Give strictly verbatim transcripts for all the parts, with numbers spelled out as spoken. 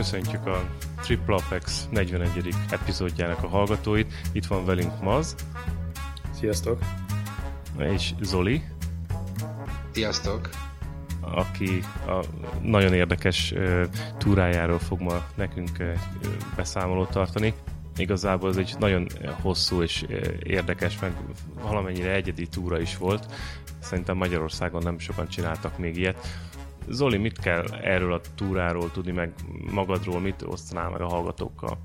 köszöntjük a Triple Apex negyvenegyedik epizódjának a hallgatóit. Itt van velünk Maz. Sziasztok! És Zoli. Sziasztok! Aki a nagyon érdekes uh, túrájáról fog ma nekünk uh, beszámolót tartani. Igazából ez egy nagyon hosszú és uh, érdekes, meg valamennyire egyedi túra is volt. Szerintem Magyarországon nem sokan csináltak még ilyet. Zoli, mit kell erről a túráról tudni, meg magadról, mit osztanál meg a hallgatókkal?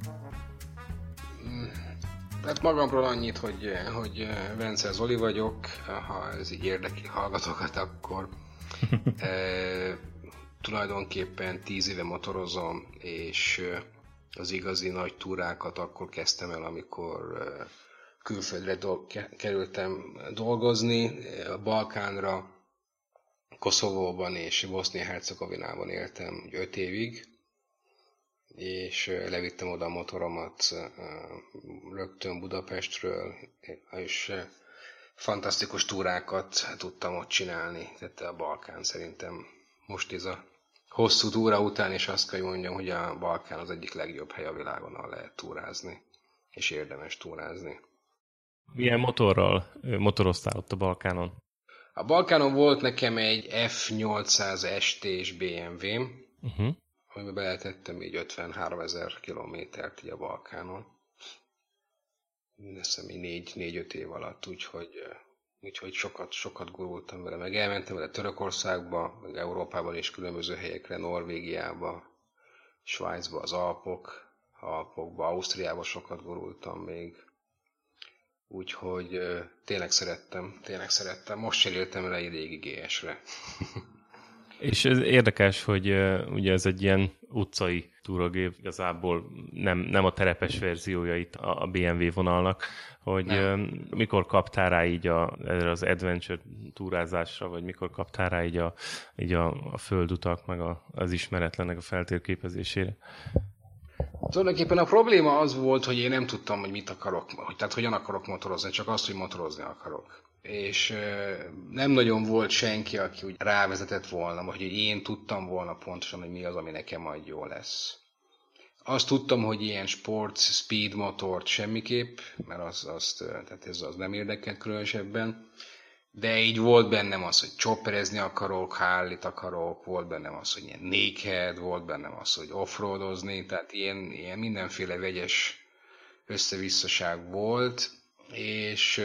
Hát magamról annyit, hogy, hogy Vence Zoli vagyok, ha ez így érdekli hallgatókat, akkor e, tulajdonképpen tíz éve motorozom, és az igazi nagy túrákat akkor kezdtem el, amikor külföldre do- kerültem dolgozni, a Balkánra, Koszovóban és Bosznia-Hercegovinában éltem öt évig, és levittem oda a motoromat rögtön Budapestről, és fantasztikus túrákat tudtam ott csinálni, tehát a Balkán szerintem most ez a hosszú túra után, és azt kell mondjam, hogy a Balkán az egyik legjobb hely a világon, ahol lehet túrázni, és érdemes túrázni. Milyen motorral motoroztál ott a Balkánon? A Balkánon volt nekem egy F nyolcszáz es té-s bé em vém, uh-huh. amiben beletettem így ötvenháromezer kilométert így a Balkánon. Hiszem így négy-öt év alatt, úgyhogy, úgyhogy sokat, sokat gurultam vele. Meg elmentem vele Törökországba, meg Európában is különböző helyekre, Norvégiába, Svájcba, az Alpok, Alpokba, Ausztriába sokat gurultam még. Úgyhogy uh, tényleg szerettem, tényleg szerettem. Most cseréltem rá egy régi gé es-re. És ez érdekes, hogy uh, ugye ez egy ilyen utcai túragép, igazából nem, nem a terepes verziója itt a, a bé em vé vonalnak, hogy uh, mikor kaptál rá így a, az adventure túrázásra, vagy mikor kaptál rá így a, így a, a földutak, meg a, az ismeretlenek a feltérképezésére? Tulajdonképpen a probléma az volt, hogy én nem tudtam, hogy mit akarok, hogy, tehát hogyan akarok motorozni, csak azt, hogy motorozni akarok. És euh, nem nagyon volt senki, aki úgy rávezetett volna, vagy hogy én tudtam volna pontosan, hogy mi az, ami nekem majd jó lesz. Azt tudtam, hogy ilyen sport, speed motort semmiképp, mert az, azt, tehát ez az nem érdekelt különösebben. De így volt bennem az, hogy chopperezni akarok, Harley-t akarok, volt bennem az, hogy ilyen naked, volt bennem az, hogy offroadozni, tehát ilyen, ilyen mindenféle vegyes összevisszaság volt, és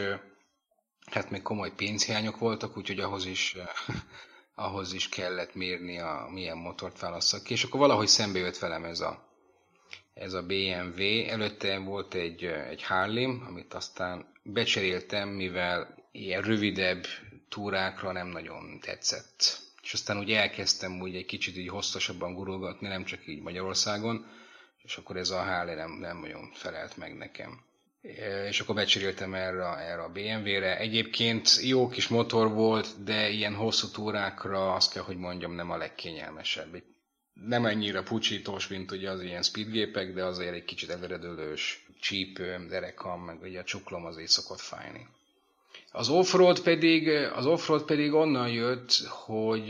hát még komoly pénzhiányok voltak, úgyhogy ahhoz is, ahhoz is kellett mérni, a, milyen motort válasszak ki, és akkor valahogy szembe jött velem ez a, ez a bé em vé. Előtte volt egy, egy Harley-m, amit aztán becseréltem, mivel ilyen rövidebb túrákra nem nagyon tetszett. És aztán úgy elkezdtem úgy egy kicsit így hosszasabban gurulgatni, nem csak így Magyarországon, és akkor ez a Harley nem, nem nagyon felelt meg nekem. És akkor becseréltem erre, erre a bé em vé-re. Egyébként jó kis motor volt, de ilyen hosszú túrákra azt kell, hogy mondjam, nem a legkényelmesebb. Nem annyira pucsítós, mint ugye az ilyen speedgépek, de azért egy kicsit eleredőlős, csípő, derekam, meg ugye a csuklom azért szokott fájni. Az offroad pedig, az offroad pedig onnan jött, hogy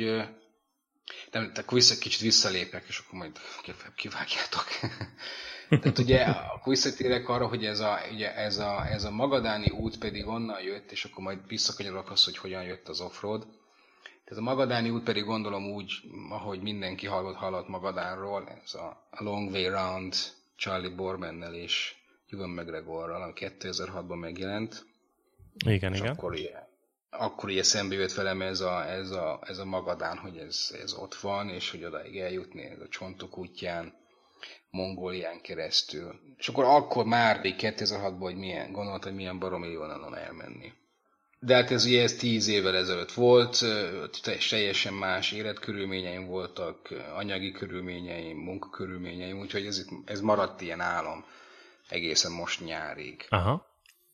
nem, akkor vissza, kicsit visszalépek, és akkor majd kivágjátok. Tehát ugye, akkor visszatérek arra, hogy ez a, ugye ez, a, ez a magadáni út pedig onnan jött, és akkor majd visszakanyarulok azt, hogy hogyan jött az offroad. Tehát a magadáni út pedig gondolom úgy, ahogy mindenki hallott, hallott Magadánról, ez a, a Long Way Round Charlie Bormannel és Ewan McGregorral, ami kétezer-hatban megjelent. Igen, és igen. Akkor ilyen, akkor ilyen szembe jött velem ez a, ez a, ez a Magadán, hogy ez, ez ott van, és hogy odaig eljutni, ez a Csontok útján, Mongólián keresztül. És akkor akkor már kétezer-hatban, hogy milyen, gondoltam, hogy milyen baromi jó onnan elmenni. De hát ez ugye ez tíz évvel ezelőtt volt, teljesen más életkörülményeim voltak, anyagi körülményeim, munkakörülményeim, úgyhogy ez, ez maradt ilyen álom egészen most nyárig. Aha.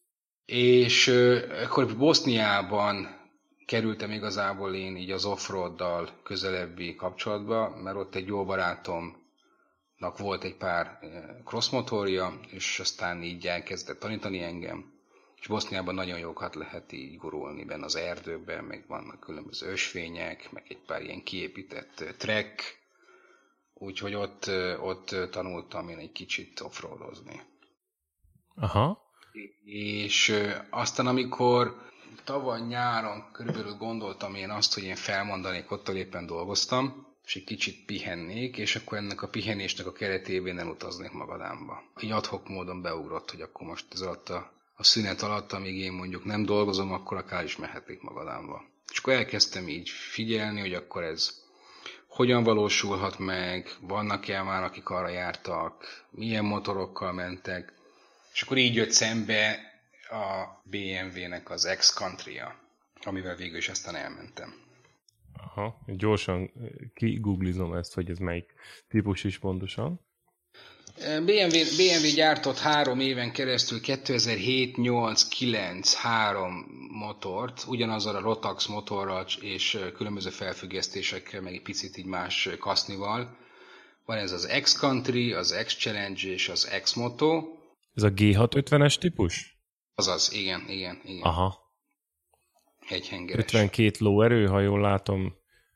És euh, akkor Boszniában kerültem igazából én így az offroaddal közelebbi kapcsolatba, mert ott egy jó barátomnak volt egy pár crossmotorja, és aztán így elkezdett tanítani engem. És Boszniában nagyon jókat lehet így gurulni benne az erdőben, meg vannak különböző ösvények, meg egy pár ilyen kiépített track, úgyhogy ott, ott tanultam én egy kicsit offroadozni. Aha. És aztán amikor tavaly nyáron körülbelül gondoltam én azt, hogy én felmondanék, ott éppen dolgoztam, és egy kicsit pihennék, és akkor ennek a pihenésnek a keretében elutaznék Magadámba. Így ad hoc módon beugrott, hogy akkor most ez alatt a, a szünet alatt, amíg én mondjuk nem dolgozom, akkor akár is mehetnék Magadámba. És akkor elkezdtem így figyelni, hogy akkor ez hogyan valósulhat meg, vannak-e már, akik arra jártak, milyen motorokkal mentek, és akkor így jött szembe a bé em vé-nek az X-Country-ja, amivel végül is aztán elmentem. Aha, gyorsan kigooglizom ezt, hogy ez melyik típus is pontosan. bé em vé, bé em vé gyártott három éven keresztül kétezer-hét, nyolc, kilenc, három motort, ugyanazzal a Rotax motorral és különböző felfüggesztésekkel, meg egy picit így más kasznival. Van ez az X-Country, az X-Challenge és az X-Moto. Ez a gé hatszázötvenes típus? Azaz, igen, igen, igen. Aha. Egyhengeres. ötvenkét lóerő, ha jól látom.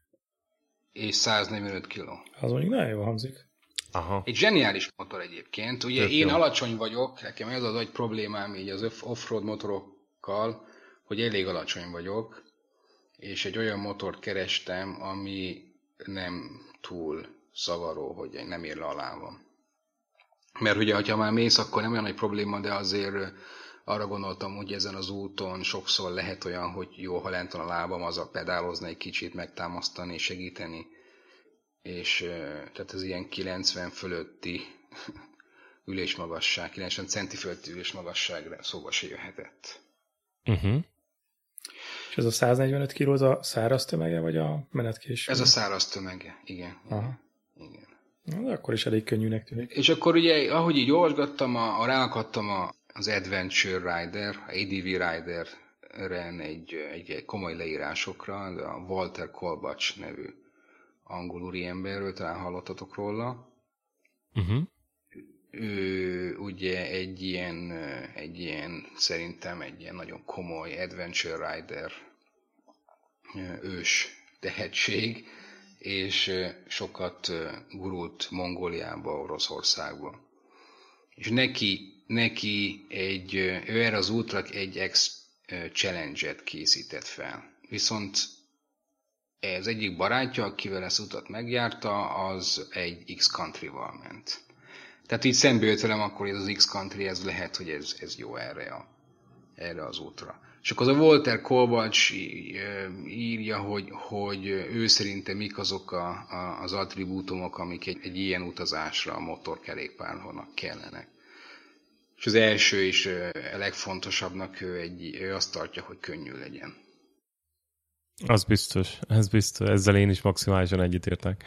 És száznegyvenöt kiló. Az mondjuk nagyon jól hangzik. Aha. Egy zseniális motor egyébként. Ugye Tök én jó. alacsony vagyok, nekem ez az nagy problémám így az offroad motorokkal, hogy elég alacsony vagyok, és egy olyan motort kerestem, ami nem túl szavaró, hogy nem ér le a lábam. Mert ugye, ha már mész, akkor nem olyan nagy probléma, de azért arra gondoltam, hogy ezen az úton sokszor lehet olyan, hogy jó, ha lent van a lábam, az a pedálozni egy kicsit, megtámasztani, segíteni. És tehát ez ilyen kilencven fölötti ülésmagasság, kilencven centi fölötti ülésmagasságra szóba se jöhetett. Uh-huh. És ez a száznegyvenöt kiló, az a száraz tömege, vagy a menetkés? Ez a száraz tömege, igen. Aha. Igen. Na, de akkor is elég könnyűnek tűnik. És akkor ugye, ahogy így olvasgattam, a, a ráakadtam a, az Adventure Rider, a á dé vé Rider-en egy, egy komoly leírásokra, a Walter Kolbach nevű angol úriemberről, talán hallottatok róla. Uh-huh. Ő ugye egy ilyen, egy ilyen, szerintem egy ilyen nagyon komoly Adventure Rider ős tehetség, és sokat gurult Mongóliába, Oroszországba. És neki, neki egy, ő erre az útra egy X-Challenge-et készített fel. Viszont az egyik barátja, akivel ezt utat megjárta, az egy X-Country-val ment. Tehát így szembe jött velem akkor, hogy ez az X-Country, ez lehet, hogy ez, ez jó erre, a, erre az útra. És akkor az a Walter Kolbach írja, hogy, hogy ő szerinte mik azok a, a, az attribútumok, amik egy, egy ilyen utazásra a motorkerékpárnak kellenek. És az első és a legfontosabbnak ő, egy, ő azt tartja, hogy könnyű legyen. Az biztos, ez biztos. Ezzel én is maximálisan egyetértek.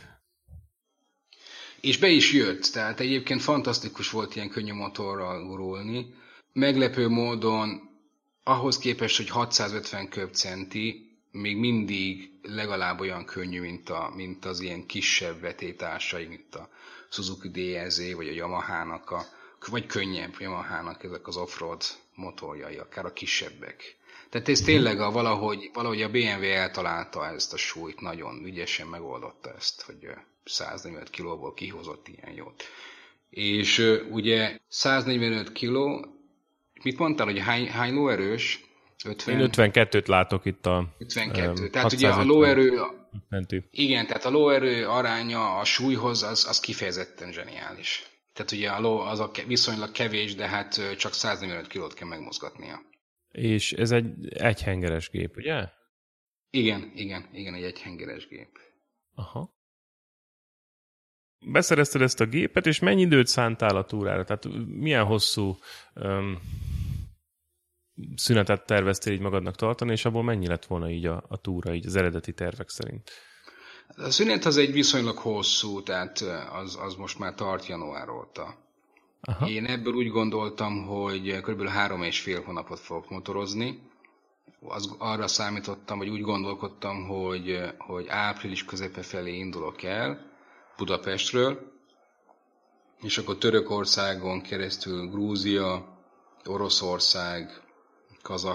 És be is jött, tehát egyébként fantasztikus volt ilyen könnyű motorral gurulni. Meglepő módon ahhoz képest, hogy hatszázötven köbcenti, még mindig legalább olyan könnyű, mint, a, mint az ilyen kisebb vetétársai, mint a Suzuki dé er zé, vagy a Yamaha-nak, a, vagy könnyebb Yamaha-nak ezek az offroad motorjai, akár a kisebbek. Tehát ez tényleg a, valahogy, valahogy a bé em vé eltalálta ezt a súlyt, nagyon ügyesen megoldotta ezt, hogy száznegyvenöt kilóból kihozott ilyen jót. És uh, ugye száznegyvenöt kiló, mit mondtál, hogy hány, hány lóerős? ötven Én ötvenkettőt látok itt a ötvenkettő. Um, tehát ugye a lóerő, menti. igen, tehát a lóerő aránya a súlyhoz az, az kifejezetten zseniális. Tehát ugye a ló az a viszonylag kevés, de hát csak száznegyvenöt kilót kell megmozgatnia. És ez egy egyhengeres gép, ugye? Igen, igen, igen, egy egyhengeres gép. Aha. Beszerezted ezt a gépet, és mennyi időt szántál a túrára? Tehát milyen hosszú um, szünetet terveztél így magadnak tartani, és abból mennyi lett volna így a, a túra, így az eredeti tervek szerint? A szünet az egy viszonylag hosszú, tehát az, az most már tart január óta. Aha. Én ebből úgy gondoltam, hogy kb. három és fél hónapot fogok motorozni. Az, arra számítottam, vagy úgy gondolkodtam, hogy, hogy április közepe felé indulok el Budapestről, és akkor Törökországon keresztül Grúzia, Oroszország,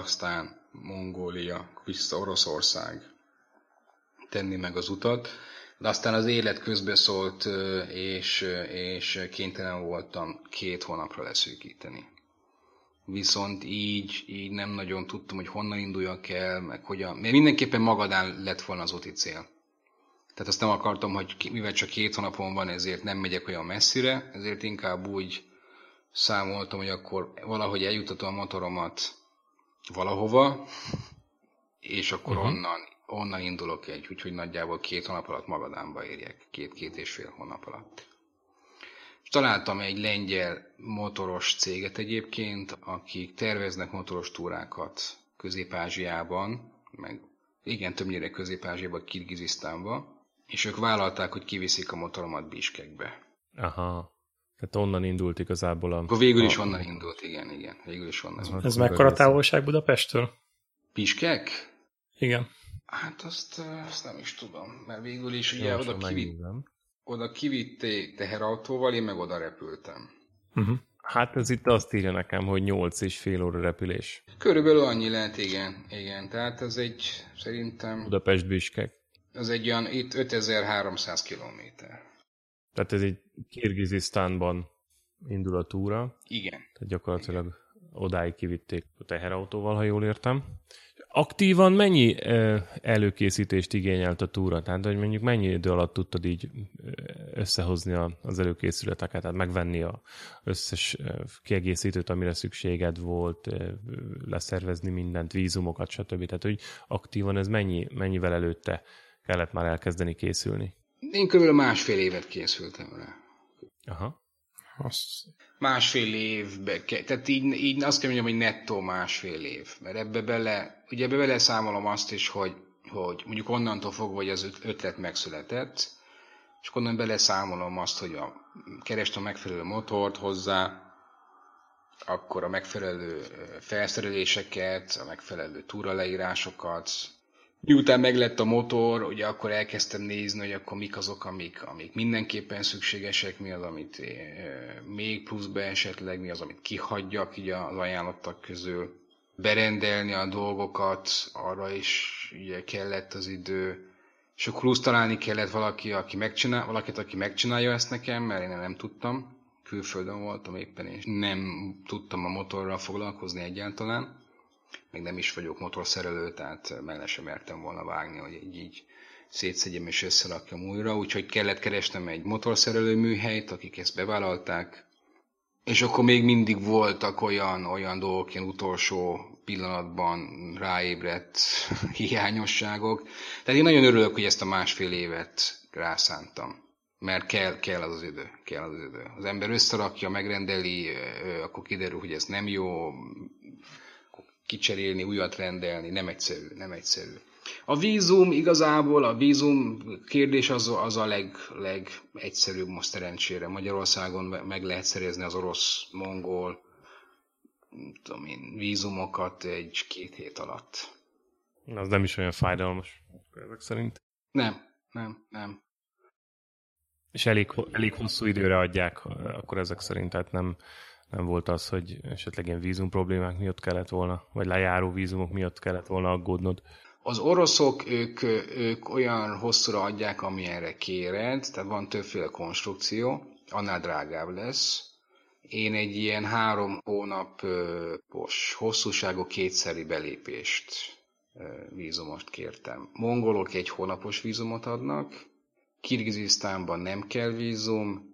Kazaksztán, Mongólia, vissza Oroszország tenni meg az utat. De aztán az élet közbeszólt, és, és kénytelen voltam két hónapra leszűkíteni. Viszont így, így nem nagyon tudtam, hogy honnan induljak el, meg hogyan. Mert mindenképpen Magadán lett volna az úti cél. Tehát azt nem akartam, hogy mivel csak két hónapon van, ezért nem megyek olyan messzire, ezért inkább úgy számoltam, hogy akkor valahogy eljutatom a motoromat valahova, és akkor uh-huh. onnan, onnan indulok egy, úgyhogy nagyjából két hónap alatt Magadánba érjek, két-két és fél hónap alatt. És találtam egy lengyel motoros céget egyébként, akik terveznek motoros túrákat Közép-Ázsiában, meg igen, többnyire Közép-Ázsiában, Kirgizisztánban, és ők vállalták, hogy kiviszik a motoromat Biskekbe. Aha. Tehát onnan indult igazából a... Akkor végül is onnan indult, igen, igen. Végül is onnan indult. Ez mekkora távolság Budapesttől? Biskek? Igen. Hát azt, azt nem is tudom, mert végül is ugye Jó, oda, kivitt, oda kivitték teherautóval, én meg oda repültem. Uh-huh. Hát ez itt azt írja nekem, hogy nyolc és fél óra repülés. Körülbelül annyi lehet, igen. igen. Tehát ez egy, szerintem... Budapest-Biskek. Ez egy olyan, itt ötezer-háromszáz kilométer. Tehát ez egy Kirgizisztánban indul a túra. Igen. Tehát gyakorlatilag Igen. odáig kivitték a teherautóval, ha jól értem. Aktívan mennyi előkészítést igényelt a túra? Tehát, hogy mondjuk mennyi idő alatt tudtad így összehozni az előkészületeket, tehát megvenni az összes kiegészítőt, amire szükséged volt, leszervezni mindent, vízumokat, stb. Tehát, hogy aktívan ez mennyi, mennyivel előtte kellett már elkezdeni készülni? Én körülbelül másfél évet készültem rá. Aha. Azt... Másfél évbe, tehát így, így azt kell mondjam, hogy nettó másfél év. Mert ebbe bele, ugye ebbe bele számolom azt is, hogy, hogy mondjuk onnantól fogva, hogy az ötlet megszületett, és onnan bele számolom azt, hogy a, kerestem a megfelelő motort hozzá, akkor a megfelelő felszereléseket, a megfelelő túraleírásokat. Miután meglett a motor, ugye akkor elkezdtem nézni, hogy akkor mik azok, amik, amik mindenképpen szükségesek, mi az, amit eh, még pluszba esetleg, mi az, amit kihagyjak így az ajánlottak közül. Berendelni a dolgokat, arra is ugye kellett az idő. És akkor plusz találni kellett valaki, aki megcsinál, valakit, aki megcsinálja ezt nekem, mert én nem tudtam. Külföldön voltam éppen, és nem tudtam a motorral foglalkozni egyáltalán. Még nem is vagyok motorszerelő, tehát meg le sem mertem volna vágni, hogy így, így szétszedjem és összerakjam újra. Úgyhogy kellett keresnem egy motorszerelő műhelyt, akik ezt bevállalták. És akkor még mindig voltak olyan, olyan dolgok, ilyen utolsó pillanatban ráébredt hiányosságok. Tehát én nagyon örülök, hogy ezt a másfél évet rászántam. Mert kell, kell az az idő, kell az, az idő. Az ember összerakja, megrendeli, akkor kiderül, hogy ez nem jó, kicserélni, újat rendelni, nem egyszerű, nem egyszerű. A vízum, igazából a vízum kérdés az, az a leg, legegyszerűbb most szerencsére. Magyarországon meg lehet szerezni az orosz, mongol, tudom én, vízumokat egy-két hét alatt. Az nem is olyan fájdalmas, ezek szerint. Nem, nem, nem. És elég, elég hosszú időre adják, akkor ezek szerint, tehát nem... Nem volt az, hogy esetleg ilyen vízum problémák miatt kellett volna, vagy lejáró vízumok miatt kellett volna aggódnod? Az oroszok, ők, ők olyan hosszúra adják, amilyenre kéred, tehát van többféle konstrukció, annál drágább lesz. Én egy ilyen három hónapos hosszúságú kétszeri belépést vízumost kértem. Mongolok egy hónapos vízumot adnak, Kirgizisztánban nem kell vízum,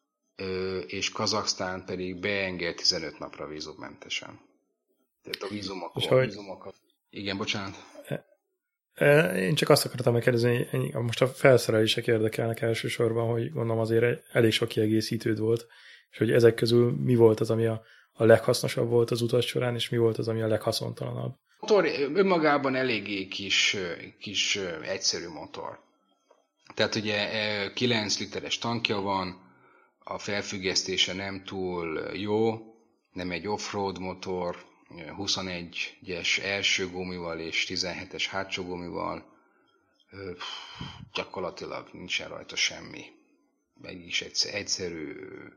és Kazaksztán pedig beenged tizenöt napra vízummentesen. Tehát a vízumokat... Hogy... vízumokat... Igen, bocsánat. Én csak azt akartam megkérdezni, hogy most a felszerelések érdekelnek elsősorban, hogy gondolom azért elég sok kiegészítőd volt, és hogy ezek közül mi volt az, ami a, a leghasznosabb volt az utas során, és mi volt az, ami a leghaszontalanabb? A motor önmagában eléggé kis, kis egyszerű motor. Tehát ugye kilenc literes tankja van, a felfüggesztése nem túl jó, nem egy off-road motor, huszonegyes első gumival és tizenhetes hátsó gumival, gyakorlatilag nincsen rajta semmi. Egy is egyszerű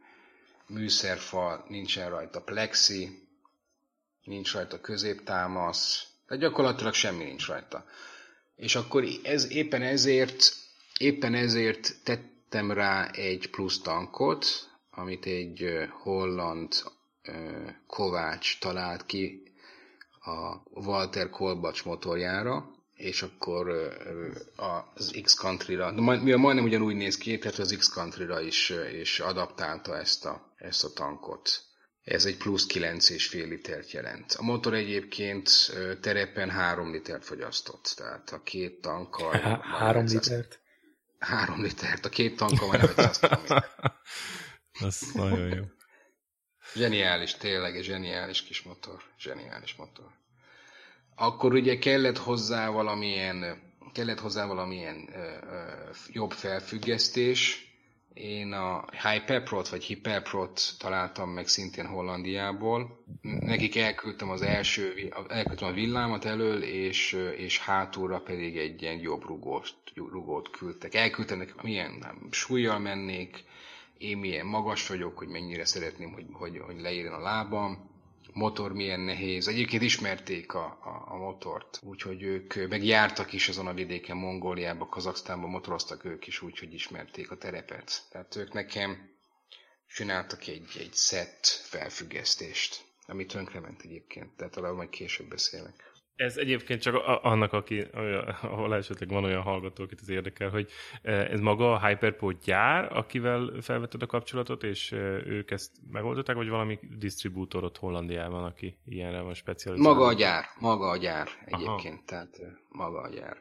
műszerfal, nincsen rajta plexi, nincs rajta középtámasz, tehát gyakorlatilag semmi nincs rajta. És akkor ez, éppen ezért éppen ezért tettem rá egy plusz tankot, amit egy holland kovács talált ki a Walter Kolbach motorjára, és akkor az X-Country-ra, mivel majdnem ugyanúgy néz ki, tehát az X-Country-ra is, is adaptálta ezt a, ezt a tankot. Ez egy plusz kilenc egész öt litert jelent. A motor egyébként terepen három litert fogyasztott, tehát a két tankkal... Há- három litert? Három litert, a két tankkal már ötszáz kilométer. Az nagyon jó. Zseniális, tényleg egy zseniális kis motor. Zseniális motor. Akkor ugye kellett hozzá valamilyen, kellett hozzá valamilyen ö, ö, jobb felfüggesztés. Én a Hyperprot vagy Hyperprot találtam meg szintén Hollandiából. Nekik elküldtem az első, elküldtem a villámat elől, és, és hátulra pedig egy ilyen jobb rugót, rugót küldtek. Elküldtem nekik, milyen súlyjal mennék, én milyen magas vagyok, hogy mennyire szeretném, hogy, hogy, hogy leírjon a lábam. Motor milyen nehéz. Egyébként ismerték a, a, a motort, úgyhogy ők meg jártak is azon a vidéken, Mongóliában, Kazaksztánban motoroztak ők is, úgyhogy ismerték a terepet. Tehát ők nekem csináltak egy, egy szett felfüggesztést, ami tönkrement egyébként, tehát arra majd később beszélek. Ez egyébként csak annak, aki, ahol esetleg van olyan hallgató, akit ez érdekel, hogy ez maga a Hyperport gyár, akivel felvetted a kapcsolatot, és ők ezt megoldották, vagy valami disztribútor ott Hollandiában, aki ilyenre van specializálva? Maga a gyár, maga a gyár egyébként, aha. Tehát maga a gyár.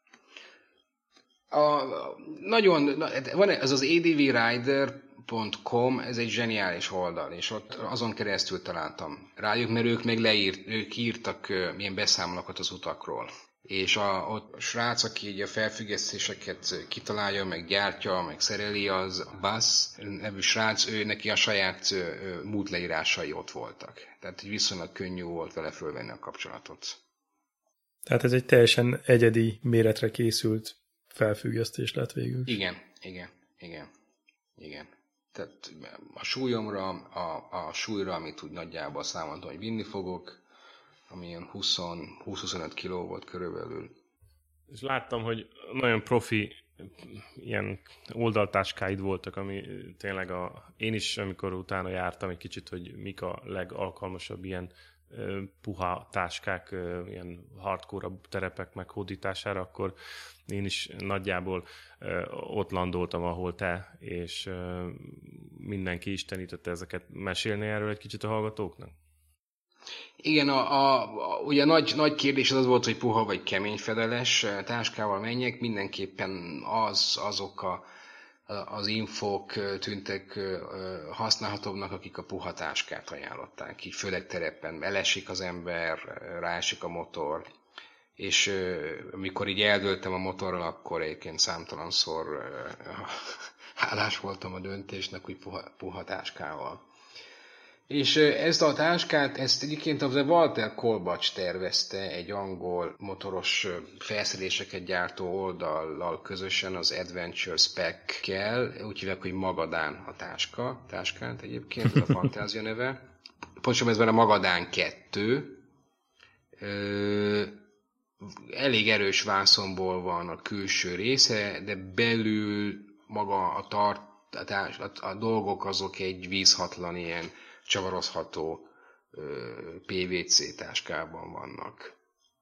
A, nagyon, van ez az a d v rider pont com, ez egy zseniális oldal, és ott azon keresztül találtam rájuk, mert ők meg leírt, ők írtak uh, milyen beszámolókat az utakról. És a, ott a srác, aki így a felfüggesztéseket kitalálja, meg gyártja, meg szereli, az Bass nevű srác, ő neki a saját uh, múltleírásai ott voltak. Tehát viszonylag könnyű volt vele fölvenni a kapcsolatot. Tehát ez egy teljesen egyedi méretre készült felfüggesztés lett végül. Igen, igen, igen, igen. Tehát a súlyomra, a, a súlyra, amit úgy nagyjából számoltam, hogy vinni fogok, ami ilyen húsz-huszonöt kiló volt körülbelül. És láttam, hogy nagyon profi ilyen oldaltáskáid voltak, ami tényleg a... Én is, amikor utána jártam egy kicsit, hogy mik a legalkalmasabb ilyen puha táskák, ilyen hardcore terepek meghódítására, akkor én is nagyjából ott landoltam, ahol te, és mindenki istenítette ezeket. Mesélni erről egy kicsit a hallgatóknak? Igen, a, a, a, ugye nagy, nagy kérdés az volt, hogy puha vagy kemény fedeles táskával menjek, mindenképpen az, azok a az infók tűntek használhatóbbnak, akik a puha táskát ajánlották, így főleg terepen elesik az ember, ráesik a motor, és amikor így eldőltem a motorral, akkor egyébként számtalanszor hálás voltam a döntésnek, hogy puha, puha táskával. És ezt a táskát, ezt egyébként az Walter Kolbach tervezte egy angol motoros felszereléseket gyártó oldallal közösen, az Adventure Spec-kel, úgy hívják, hogy Magadán a táska, táskát egyébként, ez a fantázia neve. Pontosan ez van a Magadán kettő. Elég erős vászonból van a külső része, de belül maga a, tart, a, a dolgok azok egy vízhatlan ilyen csavarozható pé vé cé táskában vannak.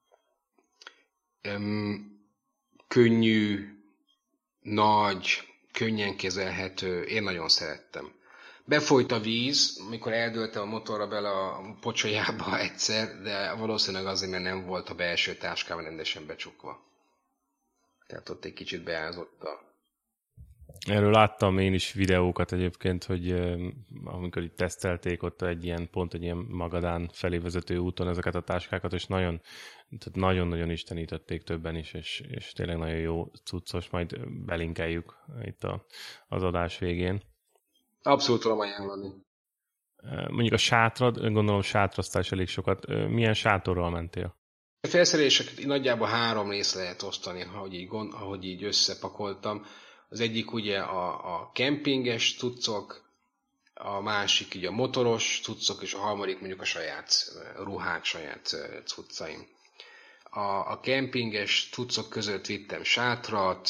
Könnyű, nagy, könnyen kezelhető, én nagyon szerettem. Befolyt a víz, amikor eldőltem a motorra bele a pocsolyába egyszer, de valószínűleg azért, mert nem volt a belső táskában rendesen becsukva. Tehát ott egy kicsit beázott a... Erről láttam én is videókat egyébként, hogy amikor itt tesztelték ott egy ilyen, pont egy ilyen Magadán felé vezető úton ezeket a táskákat, és nagyon, tehát nagyon-nagyon istenítették többen is, és, és tényleg nagyon jó cuccos, majd belinkeljük itt a, az adás végén. Abszolút tudom ajánlani. Mondjuk a sátrad, gondolom sátraztál is elég sokat. Milyen sátorral mentél? A felszereléseket nagyjából három rész lehet osztani, ahogy így, gond, ahogy így összepakoltam. Az egyik ugye a, a kempinges cuccok, a másik ugye a motoros cuccok, és a harmadik mondjuk a saját ruhák, saját cuccaim. A, a kempinges cuccok között vittem sátrat,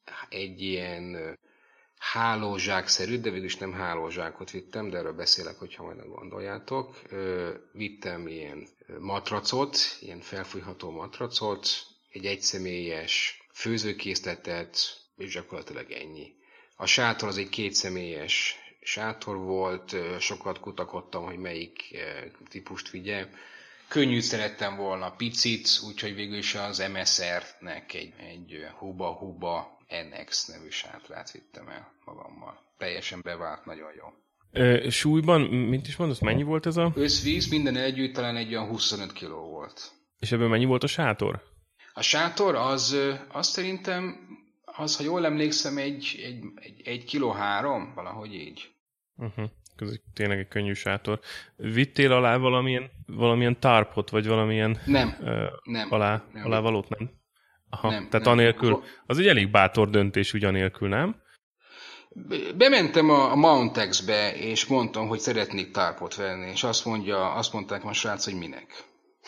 egy ilyen hálózsákszerű, de végülis nem hálózsákot vittem, de erről beszélek, hogyha majd gondoljátok. Vittem ilyen matracot, ilyen felfújható matracot, egy egyszemélyes főzőkészletet, és gyakorlatilag ennyi. A sátor az egy kétszemélyes sátor volt, sokat kutakodtam, hogy melyik típust vigye. Könnyű szerettem volna picit, úgyhogy végül is az em es er-nek egy, egy Huba Huba en iksz nevű sátrát vittem el magammal. Teljesen bevált, nagyon jó. Ö, súlyban, mint is mondasz, mennyi volt ez a... Összvíz, minden együtt talán egy olyan huszonöt kiló volt. És ebből mennyi volt a sátor? A sátor az, az szerintem, az, ha jól emlékszem, egy, egy, egy, egy kiló három, valahogy így. Uh-huh. Ez tényleg egy könnyű sátor. Vittél alá valamilyen, valamilyen tarpot, vagy valamilyen nem, uh, nem, alá, nem. alá valót, nem? Aha, nem tehát nem. anélkül, az egy elég bátor döntés ugyanélkül, nem? Bementem a Mountex-be, és mondtam, hogy szeretnék tarpot venni, és azt mondja, azt mondták ma srác, hogy minek.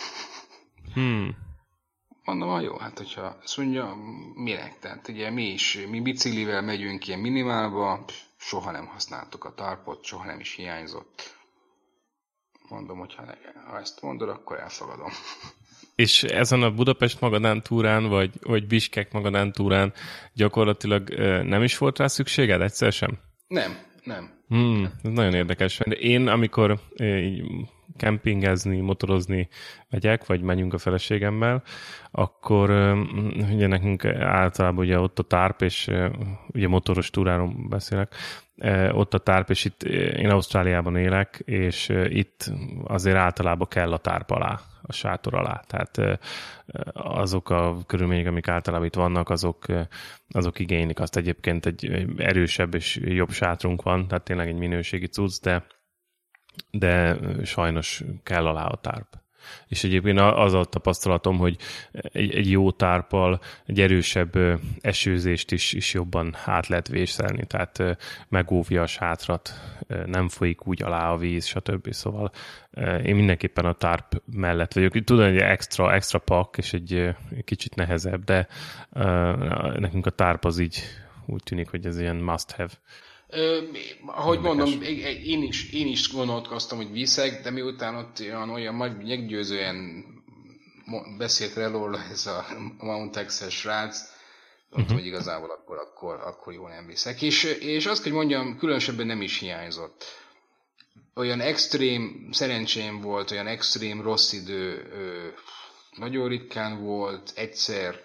Hmm. Mondom, ah, jó, hát hogyha azt mondja, minek? Tehát ugye mi is, mi biciklivel megyünk ilyen minimálba, soha nem használtuk a tarpot, soha nem is hiányzott. Mondom, hogy ha, ha ezt mondod, akkor elfogadom. És ezen a Budapest-Magadán túrán, vagy, vagy Biskek-Magadán túrán gyakorlatilag nem is volt rá szükséged egyszer sem? Nem, nem. Hmm, ez nagyon érdekes. De én, amikor így kempingezni, motorozni megyek, vagy megyünk a feleségemmel, akkor ugye nekünk általában ugye ott a tárp, és ugye motoros túráról beszélek, ott a tárp, és itt én Ausztráliában élek, és itt azért általában kell a tárp alá, a sátor alá. Tehát azok a körülmények, amik általában itt vannak, azok, azok igénylik azt. Egyébként egy erősebb és jobb sátrunk van, tehát tényleg egy minőségi cucc, de, de sajnos kell alá a tárp. És egyébként az a tapasztalatom, hogy egy, egy jó tárppal egy erősebb esőzést is, is jobban át lehet vészelni, tehát megóvja a sátrat, nem folyik úgy alá a víz, stb. Szóval én mindenképpen a tárp mellett vagyok. Tudom, hogy extra, extra pak, és egy kicsit nehezebb, de nekünk a tárp az így úgy tűnik, hogy ez ilyen must have. Ö, ahogy mondom, én is, én is gondolkoztam, hogy viszek, de miután ott olyan, olyan meggyőzően beszélt róla ez a Mountex-es srác, mondtam, uh-huh. hogy igazából akkor, akkor, akkor jól nem viszek. És, és azt, hogy mondjam, különösebben nem is hiányzott. Olyan extrém szerencsém volt, olyan extrém rossz idő, ö, nagyon ritkán volt, egyszer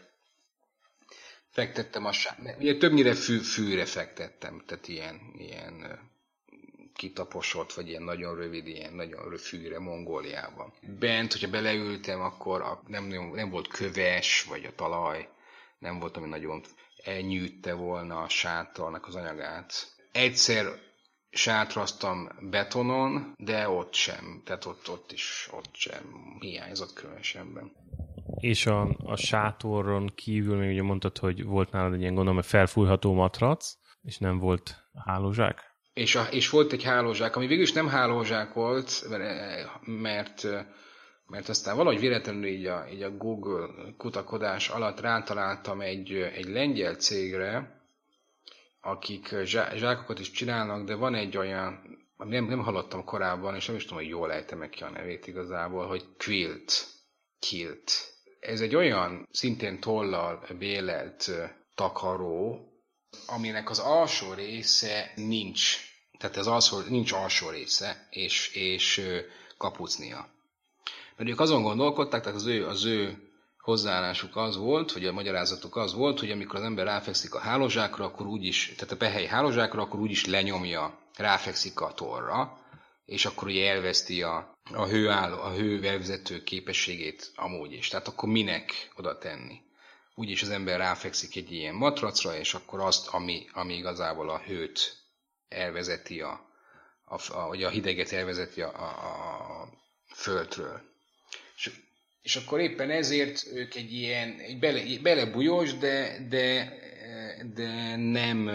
fektettem a sátrat. Ugye többnyire fű, fűre fektettem, tehát ilyen, ilyen kitaposott, vagy ilyen nagyon rövid, ilyen nagyon rövid fűre Mongóliában. Bent, hogyha beleültem, akkor a, nem, nem volt köves, vagy a talaj, nem volt, ami nagyon elnyűjtte volna a sátornak az anyagát. Egyszer sátraztam betonon, de ott sem, tehát ott, ott is ott sem hiányzott különösebben. És a, a sátoron kívül még ugye mondtad, hogy volt nálad egy ilyen gondolom, hogy felfújható matrac, és nem volt hálózsák? És, a, és volt egy hálózsák, ami végül is nem hálózsák volt, mert, mert aztán valahogy véletlenül így a, így a Google kutakodás alatt rátaláltam egy, egy lengyel cégre, akik zsákokat is csinálnak, de van egy olyan, nem, nem hallottam korábban, és nem is tudom, hogy jól ejtem meg ki a nevét igazából, hogy Quilt. Kilt. Ez egy olyan szintén tollal bélelt takaró, aminek az alsó része nincs, tehát az alsó, nincs alsó része, és, és kapucnia. Mert ők azon gondolkodták, tehát az ő, az ő hozzáállásuk az volt, vagy a magyarázatuk az volt, hogy amikor az ember ráfekszik a hálózsákra, akkor úgyis, tehát a pehely hálózsákra, akkor úgyis lenyomja, ráfekszik a torra, és akkor ugye elveszti a, a hőálló, a hővelvezető képességét amúgy is. Tehát akkor minek oda tenni? Úgyis az ember ráfekszik egy ilyen matracra, és akkor azt, ami, ami igazából a hőt elvezeti, a, a, a, vagy a hideget elvezeti a, a, a földről. És, és akkor éppen ezért ők egy ilyen, egy bele, belebújós, de, de, de nem,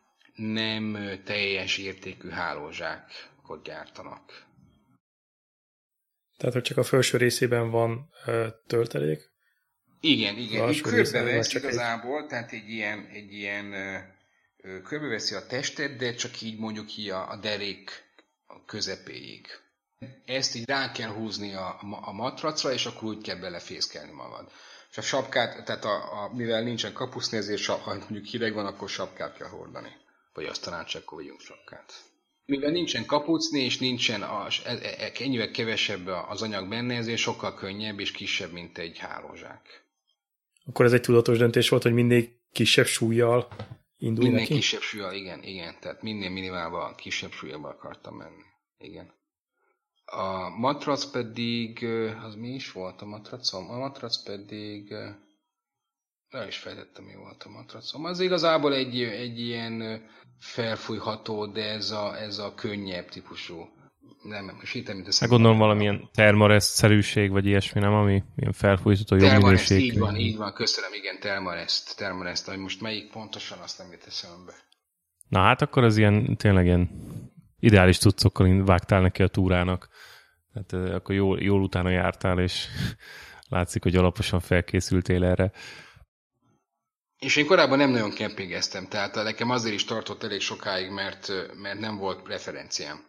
nem teljes értékű hálózsákot gyártanak. Tehát, hogy csak a felső részében van ö, töltelék, Igen, igen, A így körbevesz csak igazából, egy... tehát egy ilyen, egy ilyen ö, körbeveszi a testet, de csak így mondjuk így a, a derék a közepéig. Ezt így rá kell húzni a, a matracra, és akkor úgy kell belefészkelni magad. És a sapkát, tehát a, a, mivel nincsen kapusznézés, ha mondjuk hideg van, akkor sapkát kell hordani. Vagy azt tanács, akkor vegyünk sapkát. Mivel nincsen kapucni, és nincsen a, ennyivel kevesebb az anyag benne, ezért sokkal könnyebb és kisebb, mint egy hálózsák. Akkor ez egy tudatos döntés volt, hogy mindig kisebb súlyjal indul Minden neki? kisebb súlyjal, igen, igen. Tehát minél minimálban kisebb súlyjal akartam menni. Igen. A matrac pedig, az mi is volt a matracom? A matrac pedig, el is fejtettem, mi volt a matracom. Az igazából egy, egy ilyen felfújható, de ez a, ez a könnyebb típusú. Nem, most hittem, mint a hát gondolom valamilyen termarest-szerűség, vagy ilyesmi, nem? Ami ilyen felfújható, jobb minőség. Így van, így van, köszönöm, igen, termarest, termarest, hogy most melyik pontosan, azt nem jut eszembe. Na hát akkor az ilyen, tényleg ilyen ideális cuccokkal vágtál neki a túrának. Hát akkor jól, jól utána jártál, és látszik, hogy alaposan felkészültél erre. És én korábban nem nagyon kempingeztem, tehát nekem azért is tartott elég sokáig, mert, mert nem volt referenciám.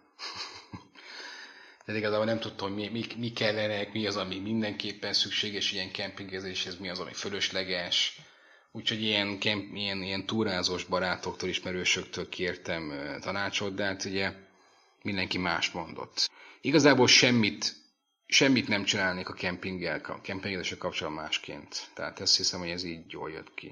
Tehát igazából nem tudtam, mi, mi, mi kellenek, mi az, ami mindenképpen szükséges ilyen kempingezéshez, mi az, ami fölösleges. Úgyhogy ilyen, kemp, ilyen, ilyen túrázós barátoktól, ismerősöktől kértem tanácsot, de hát ugye mindenki mást mondott. Igazából semmit, semmit nem csinálnék a kempinggel, a kempingezéssel kapcsolatban másként. Tehát ezt hiszem, hogy ez így jól jött ki.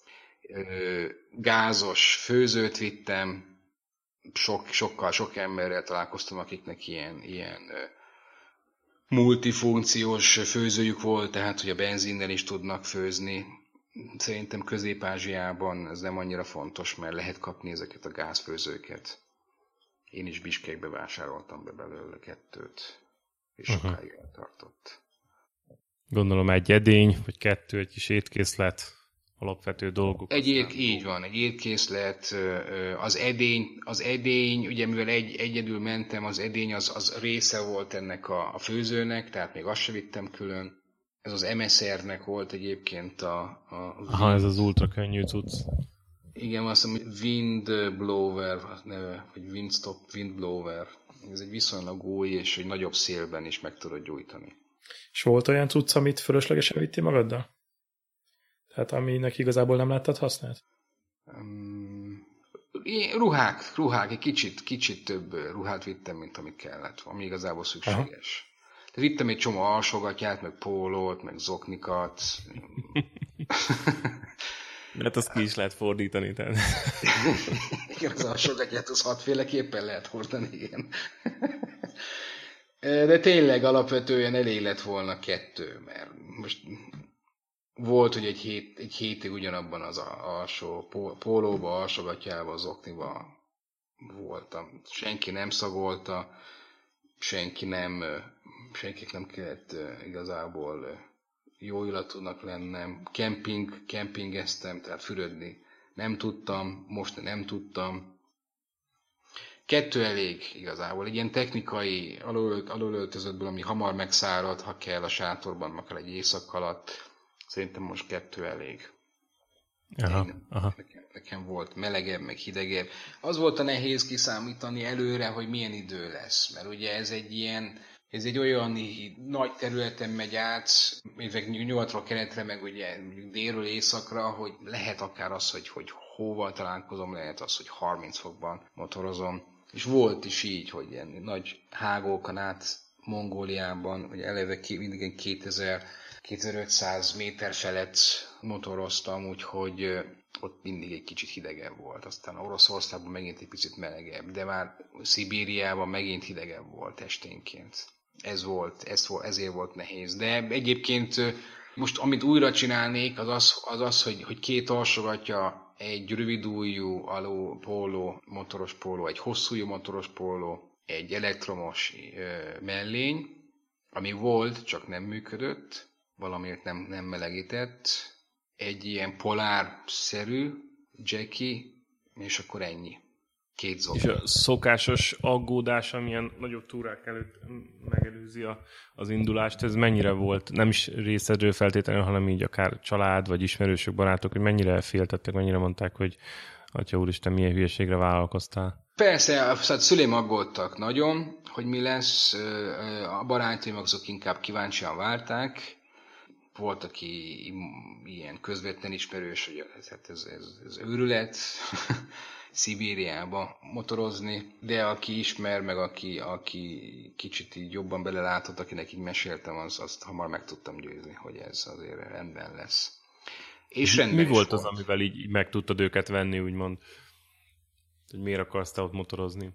Gázos főzőt vittem, sok, sokkal, sok emberrel találkoztam, akiknek ilyen, ilyen multifunkciós főzőjük volt, tehát hogy a benzinnel is tudnak főzni. Szerintem Közép-Ázsiában ez nem annyira fontos, mert lehet kapni ezeket a gázfőzőket. Én is Biskekbe vásároltam be belőle kettőt, és uh-huh. sokáig eltartott. Gondolom egy edény, vagy kettő, egy kis étkészlet, alapvető dolgok. Egy ér, így van, egy étkészlet, az edény, az edény, ugye mivel egy, egyedül mentem, az edény az, az része volt ennek a, a főzőnek, tehát még azt se vittem külön. Ez az em es er-nek volt egyébként a... a Aha, ez az ultra könnyű cucc. Igen, azt hiszem, hogy windblower neve, vagy windstop windblower. Ez egy viszonylag új, és egy nagyobb szélben is meg tudod gyújtani. És volt olyan cucc, amit fölöslegesen vittél magaddal? Tehát aminek igazából nem láttad használt? Um, ruhák, ruhák, egy kicsit, kicsit több ruhát vittem, mint amit kellett, ami igazából szükséges. De vittem egy csomó alsógatját, meg pólót, meg zoknikat. Mert azt ki is lehet fordítani. Tehát. Igen, az alsógatját az hatféleképpen lehet hordani, igen. De tényleg alapvetően elég lett volna kettő, mert most volt, hogy egy, hét, egy hétig ugyanabban az alsó pólóba, alsógatjába, zokniba voltam. Senki nem szagolta, senki nem, senkik nem kellett igazából jó illatúnak lennem. Kemping, kempingeztem, tehát fürödni nem tudtam, most nem tudtam. Kettő elég igazából. Egy ilyen technikai alulöltözőtből, ami hamar megszárad, ha kell a sátorban, meg kell egy éjszak alatt. Szerintem most kettő elég. Aha, Én, aha. Nekem, nekem volt melegebb, meg hidegebb. Az volt a nehéz kiszámítani előre, hogy milyen idő lesz. Mert ugye ez egy ilyen, ez egy olyan nagy területen megy át, meg nyugatról keletre, meg ugye délről északra, hogy lehet akár az, hogy, hogy hóval találkozom, lehet az, hogy harminc fokban motorozom. És volt is így, hogy ilyen nagy hágókon át Mongóliában, hogy eleve mindig kétezer kétezer-ötszáz méter felett motoroztam, úgyhogy ott mindig egy kicsit hidegebb volt. Aztán Oroszországban megint egy picit melegebb, de már Szibériában megint hidegebb volt esténként. Ez volt, ez volt, ezért volt nehéz. De egyébként most amit újra csinálnék, az az, az, az hogy, hogy két alsógatja, egy rövidújú aló póló, motoros póló, egy hosszújú motoros póló, egy elektromos ö, mellény, ami volt, csak nem működött, valamiért nem, nem melegített, egy ilyen polár-szerű jackie, és akkor ennyi. Két zok. És a szokásos aggódás, amilyen nagyobb túrák előtt megelőzi a, az indulást, ez mennyire volt, nem is részedről feltétlenül, hanem így akár család, vagy ismerősök, barátok, hogy mennyire féltettek, mennyire mondták, hogy Atya úristen, milyen hülyeségre vállalkoztál? Persze, szóval szüleim aggódtak nagyon, hogy mi lesz, a barátaim azok inkább kíváncsian várták. Volt, aki ilyen közvetlen ismerős, hogy ez, ez, ez, ez őrület, Szibériába motorozni, de aki ismer, meg aki, aki kicsit így jobban belelátott, akinek így meséltem, az, azt hamar meg tudtam győzni, hogy ez azért rendben lesz. És rendben Mi is volt volt az, amivel így meg tudtad őket venni, úgymond? Hogy miért akarsz te ott motorozni?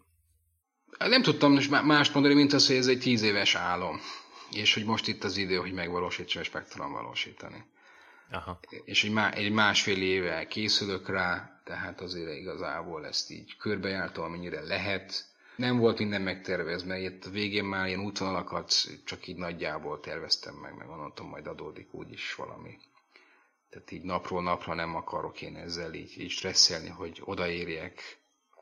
Nem tudtam más mondani, mint az, hogy ez egy tíz éves álom. És hogy most itt az idő, hogy megvalósítsam, és meg tudom valósítani. Aha. És egy, má, egy másfél éve készülök rá, tehát azért igazából ezt így körbejártam, amennyire lehet. Nem volt minden megtervezve, itt a végén már ilyen útvonalakat csak így nagyjából terveztem meg, meg gondoltam, majd adódik úgyis valami. Tehát így napról napra nem akarok én ezzel így, így stresszelni, hogy odaérjek,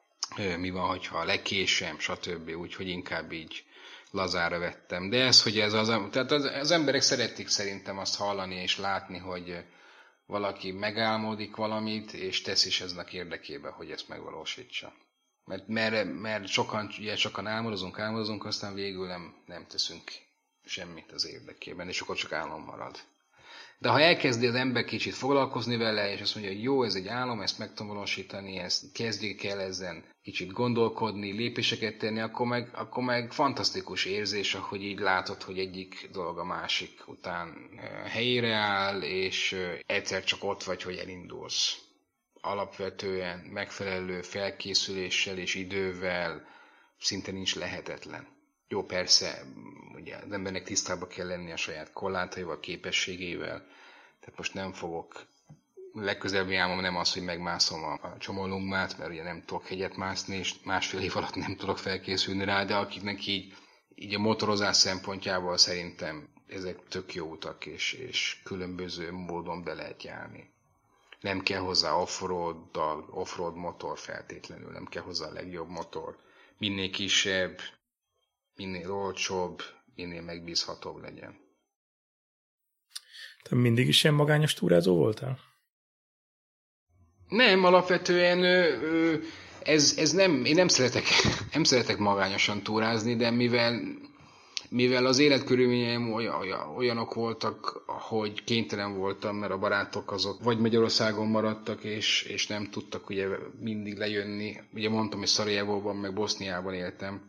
mi van, hogyha lekésem, stb. Úgyhogy inkább így lazára vettem. De ez, hogy ez az, tehát az, az emberek szeretik szerintem azt hallani és látni, hogy valaki megálmodik valamit, és tesz is eznek érdekében, hogy ezt megvalósítsa. Mert, mert, mert sokan, ugye sokan álmodozunk, álmodozunk, aztán végül nem, nem teszünk semmit az érdekében, és akkor csak álom marad. De ha elkezdi az ember kicsit foglalkozni vele, és azt mondja, hogy jó, ez egy álom, ezt meg tudom valósítani, ezt kezdjék el ezen kicsit gondolkodni, lépéseket tenni, akkor meg, akkor meg fantasztikus érzés, ahogy így látod, hogy egyik dolog a másik után helyére áll, és egyszer csak ott vagy, hogy elindulsz. Alapvetően megfelelő felkészüléssel és idővel szinte nincs lehetetlen. Jó, persze, ugye az embernek tisztában kell lenni a saját korlátaival, képességével, tehát most nem fogok, legközelebbi álmom nem az, hogy megmászom a, a Csomolungmát, mert ugye nem tudok hegyet mászni, és másfél év alatt nem tudok felkészülni rá, de akiknek így, így a motorozás szempontjából szerintem ezek tök jó utak, és, és különböző módon be lehet járni. Nem kell hozzá offroad-dal, offroad motor feltétlenül, nem kell hozzá a legjobb motor, minél kisebb, minél olcsóbb, minél megbízhatóbb legyen. Te mindig is ilyen magányos túrázó voltál? Nem, alapvetően ez, ez nem, én nem szeretek, nem szeretek magányosan túrázni, de mivel, mivel az életkörülményeim olyanok voltak, hogy kénytelen voltam, mert a barátok azok vagy Magyarországon maradtak, és, és nem tudtak ugye mindig lejönni. Ugye mondtam, hogy Szarajevóban, meg Boszniában éltem.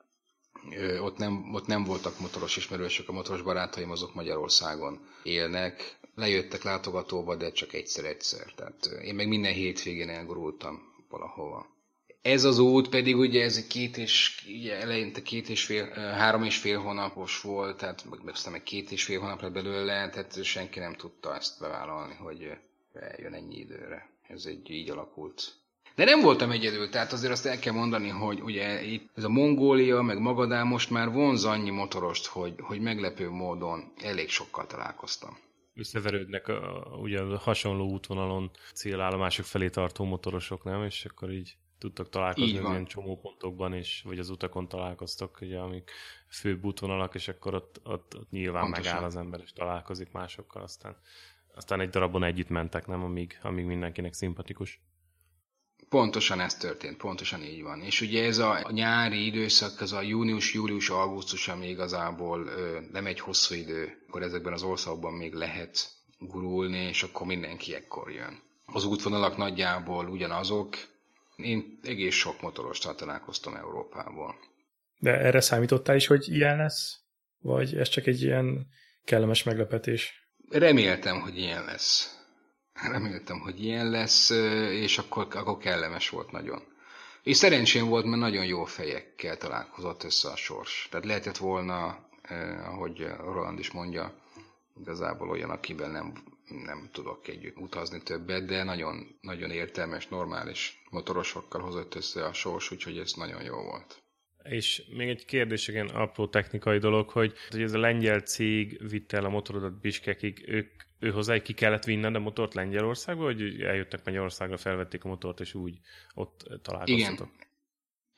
Ott nem, ott nem voltak motoros ismerősök, a motoros barátaim azok Magyarországon élnek. Lejöttek látogatóba, de csak egyszer-egyszer. Tehát én meg minden hétvégén elgurultam valahova. Ez az út pedig ugye ez egy két és, ugye eleinte két és fél, három és fél hónapos volt, tehát aztán meg két és fél hónapra belőle, tehát senki nem tudta ezt bevállalni, hogy eljön ennyi időre. Ez egy így alakult. De nem voltam egyedül, tehát azért azt el kell mondani, hogy ugye itt ez a Mongólia, meg Magadán most már vonz annyi motorost, hogy, hogy meglepő módon elég sokkal találkoztam. Összeverődnek a, ugye a hasonló útvonalon célállomások felé tartó motorosok, nem? És akkor így tudtak találkozni ilyen csomópontokban, és, vagy az utakon találkoztak, ugye, amik főbb útvonalak, és akkor ott, ott, ott nyilván Pontosan. Megáll az ember, és találkozik másokkal, aztán, aztán egy darabon együtt mentek, nem? Amíg, amíg mindenkinek szimpatikus. Pontosan ez történt, pontosan így van. És ugye ez a nyári időszak, ez a június, július, augusztus, ami igazából ö, nem egy hosszú idő, akkor ezekben az országokban még lehet gurulni, és akkor mindenki ekkor jön. Az útvonalak nagyjából ugyanazok. Én egész sok motorostal találkoztam Európából. De erre számítottál is, hogy ilyen lesz? Vagy ez csak egy ilyen kellemes meglepetés? Reméltem, hogy ilyen lesz. Reméltem, hogy ilyen lesz, és akkor, akkor kellemes volt nagyon. És szerencsém volt, mert nagyon jó fejekkel találkozott össze a sors. Tehát lehetett volna, eh, ahogy Roland is mondja, igazából olyan, akiben nem, nem tudok együtt utazni többet, de nagyon, nagyon értelmes, normális motorosokkal hozott össze a sors, úgyhogy ez nagyon jó volt. És még egy kérdés, igen, apró technikai dolog, hogy, hogy ez a lengyel cég vitte el a motorodat Biskekig, ők, ő hozzájuk ki kellett vinned a motort Lengyelországba, vagy eljöttek Magyarországra, felvették a motort, és úgy ott találkoztatok? Igen.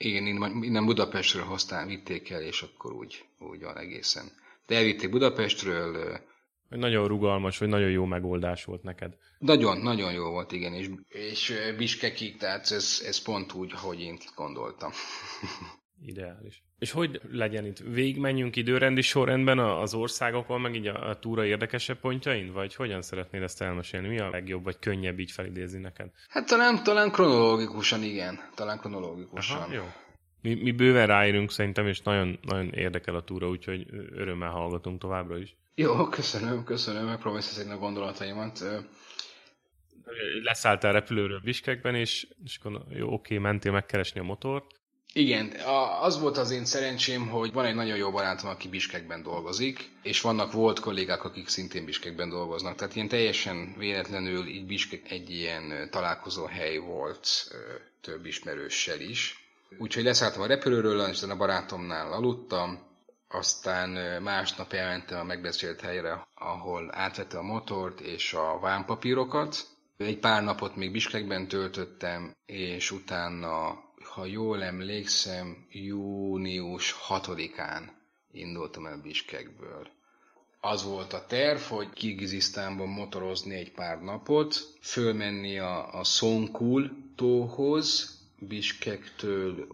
Igen, innen Budapestről hoztál, vitték el, és akkor úgy, úgy van egészen. De elvitték Budapestről. Nagyon rugalmas, vagy nagyon jó megoldás volt neked. Nagyon, nagyon jó volt, igen, és, és Biskekig, tehát ez, ez pont úgy, ahogy én gondoltam. Ideális. És hogy legyen itt? Végigmenjünk időrendi sorrendben az országokon, meg így a, a túra érdekesebb pontjain? Vagy hogyan szeretnéd ezt elmesélni? Mi a legjobb, vagy könnyebb így felidézni neked? Hát talán, talán kronológikusan, igen. Talán kronológikusan. Aha, jó. Mi, mi bőven ráírunk szerintem, és nagyon, nagyon érdekel a túra, úgyhogy örömmel hallgatunk továbbra is. Jó, köszönöm, köszönöm, megpróbálom összeszedni a gondolataimat. Leszálltál repülőről Biskekben, és, és akkor jó, oké, mentél megkeresni a motort. Igen, a, az volt az én szerencsém, hogy van egy nagyon jó barátom, aki Biskekben dolgozik, és vannak volt kollégák, akik szintén Biskekben dolgoznak. Tehát ilyen teljesen véletlenül így Biskek egy ilyen találkozó hely volt több ismerőssel is. Úgyhogy leszálltam a repülőről, és a barátomnál aludtam, aztán másnap elmentem a megbeszélt helyre, ahol átvettem a motort és a vámpapírokat. Egy pár napot még Biskekben töltöttem, és utána, ha jól emlékszem, június hatodikán indultam el Biskekből. Az volt a terv, hogy Kirgizisztánban motorozni egy pár napot, fölmenni a, a Songkhul tóhoz, Biskektől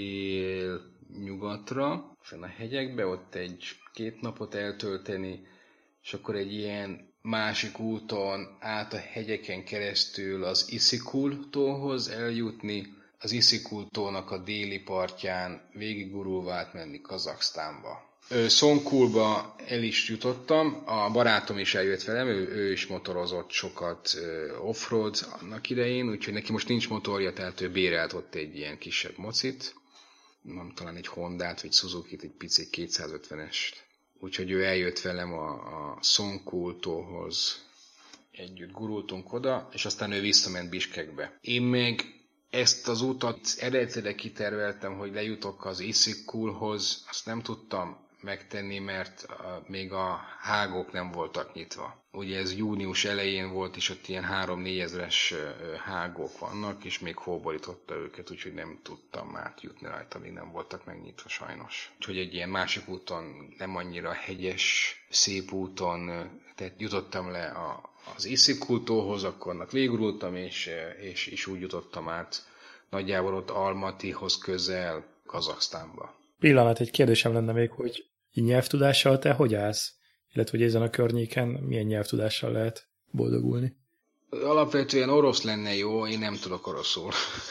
dél-nyugatra, fenn a hegyekbe, ott egy-két napot eltölteni, és akkor egy ilyen másik úton át a hegyeken keresztül az Iszikul tóhoz eljutni, az Iszikul tónak a déli partján végigurulva átmenni Kazaksztánba. Songkhulba el is jutottam, a barátom is eljött velem, ő, ő is motorozott sokat offroad annak idején, úgyhogy neki most nincs motorja, tehát ő bérelt ott egy ilyen kisebb mocit, nem talán egy Hondát, vagy Suzukit, egy pici kétszázötvenest. Úgyhogy ő eljött velem a, a Songkhul tóhoz, együtt gurultunk oda, és aztán ő visszament Biskekbe. Én meg ezt az utat eredetileg kiterveltem, hogy lejutok az Issyk-Kulhoz, azt nem tudtam megtenni, mert a, még a hágók nem voltak nyitva. Ugye ez június elején volt, és ott ilyen három-négy ezres hágók vannak, és még hóborította őket, úgyhogy nem tudtam átjutni rajta, még nem voltak megnyitva sajnos. Úgyhogy egy ilyen másik úton, nem annyira hegyes, szép úton, tehát jutottam le a, az Issyk-Kul tóhoz, akkor annak végigurultam, és, és, és úgy jutottam át nagyjából ott Almatyhoz közel, Kazaksztánba. Pillanat, egy kérdésem lenne még, hogy így nyelvtudással te hogy állsz? Illetve, hogy ezen a környéken milyen nyelvtudással lehet boldogulni? Alapvetően orosz lenne jó, én nem tudok oroszul.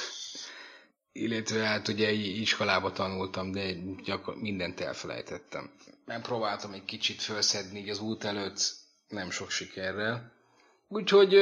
Illetve hát ugye iskolába tanultam, de gyakor- mindent elfelejtettem. Megpróbáltam egy kicsit felszedni így az út előtt, nem sok sikerrel. Úgyhogy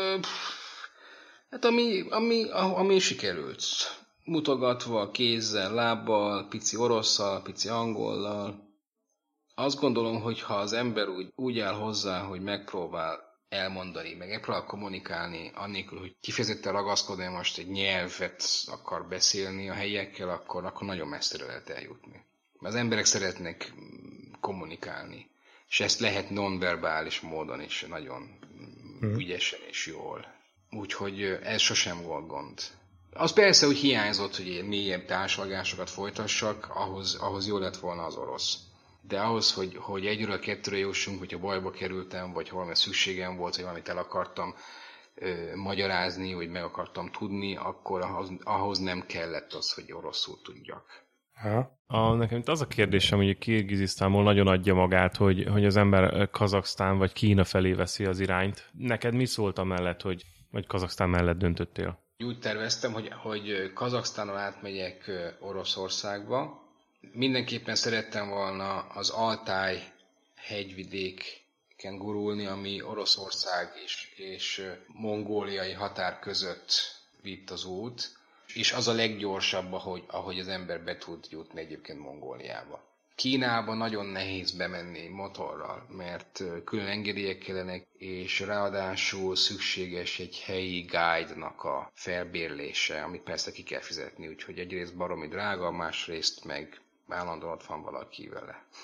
hát ami, ami, ami sikerült. Mutogatva, kézzel, lábbal, pici orosszal, pici angollal. Azt gondolom, hogy ha az ember úgy, úgy áll hozzá, hogy megpróbál elmondani, meg megpróbál kommunikálni, annélkül, hogy kifejezetten ragaszkodni, most egy nyelvet akar beszélni a helyiekkel, akkor, akkor nagyon messzire lehet eljutni. Mert az emberek szeretnek kommunikálni, és ezt lehet nonverbális módon is nagyon hmm. ügyesen és jól. Úgyhogy ez sosem volt gond. Az persze, hogy hiányzott, hogy ilyen mélyebb társalgásokat folytassak, ahhoz, ahhoz jó lett volna az orosz. De ahhoz, hogy, hogy egyről a kettőre jussunk, hogyha bajba kerültem, vagy valami szükségem volt, hogy valamit el akartam ö, magyarázni, vagy meg akartam tudni, akkor ahhoz, ahhoz nem kellett az, hogy oroszul tudjak. Ha. A, nekem itt az a kérdésem, hogy a Kirgizisztánból nagyon adja magát, hogy, hogy az ember Kazaksztán vagy Kína felé veszi az irányt. Neked mi szólt amellett, hogy vagy Kazaksztán mellett döntöttél? Úgy terveztem, hogy, hogy Kazaksztánon átmegyek Oroszországba. Mindenképpen szerettem volna az Altáj hegyvidéken gurulni, ami Oroszország és, és mongóliai határ között vitt az út. És az a leggyorsabb, ahogy, ahogy az ember be tud jutni egyébként Mongóliába. Kínában nagyon nehéz bemenni motorral, mert külön engedélyek kellenek, és ráadásul szükséges egy helyi guide-nak a felbérlése, amit persze ki kell fizetni, úgyhogy egyrészt baromi drága, másrészt meg állandóan ott van valaki vele.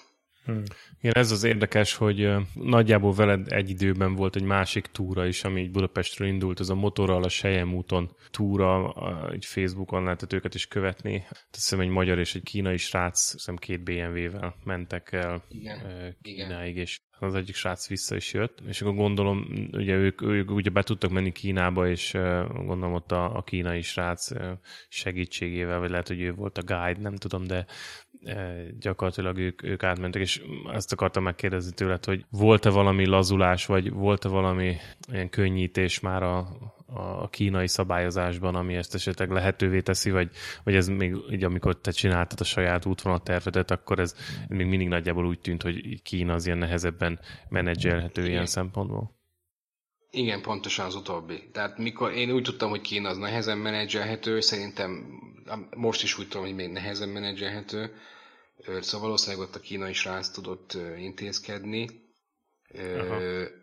Hmm. Igen, ez az érdekes, hogy nagyjából veled egy időben volt egy másik túra is, ami így Budapestről indult, ez a Motorral a Selyem úton túra, egy Facebookon lehetett őket is követni. Hiszem egy magyar és egy kínai srác, hiszem két bé em vé-vel mentek el igen, Kínáig, igen. És az egyik srác vissza is jött, és akkor gondolom, ugye ők, ők ugye be tudtak menni Kínába, és gondolom ott a, a kínai srác segítségével, vagy lehet, hogy ő volt a guide, nem tudom, de gyakorlatilag ők, ők átmentek, és azt akartam megkérdezni tőled, hogy volt-e valami lazulás, vagy volt-e valami ilyen könnyítés már a, a kínai szabályozásban, ami ezt esetleg lehetővé teszi, vagy, vagy ez még így, amikor te csináltad a saját útvonaltervedet, akkor ez még mindig nagyjából úgy tűnt, hogy Kína az ilyen nehezebben menedzselhető igen. ilyen szempontból? Igen, pontosan az utóbbi. Tehát mikor én úgy tudtam, hogy Kína az nehezen menedzselhető, szerintem most is úgy tudom, hogy még nehezen menedzselhető. Szóval valószínűleg ott a kínai srác tudott intézkedni. Aha.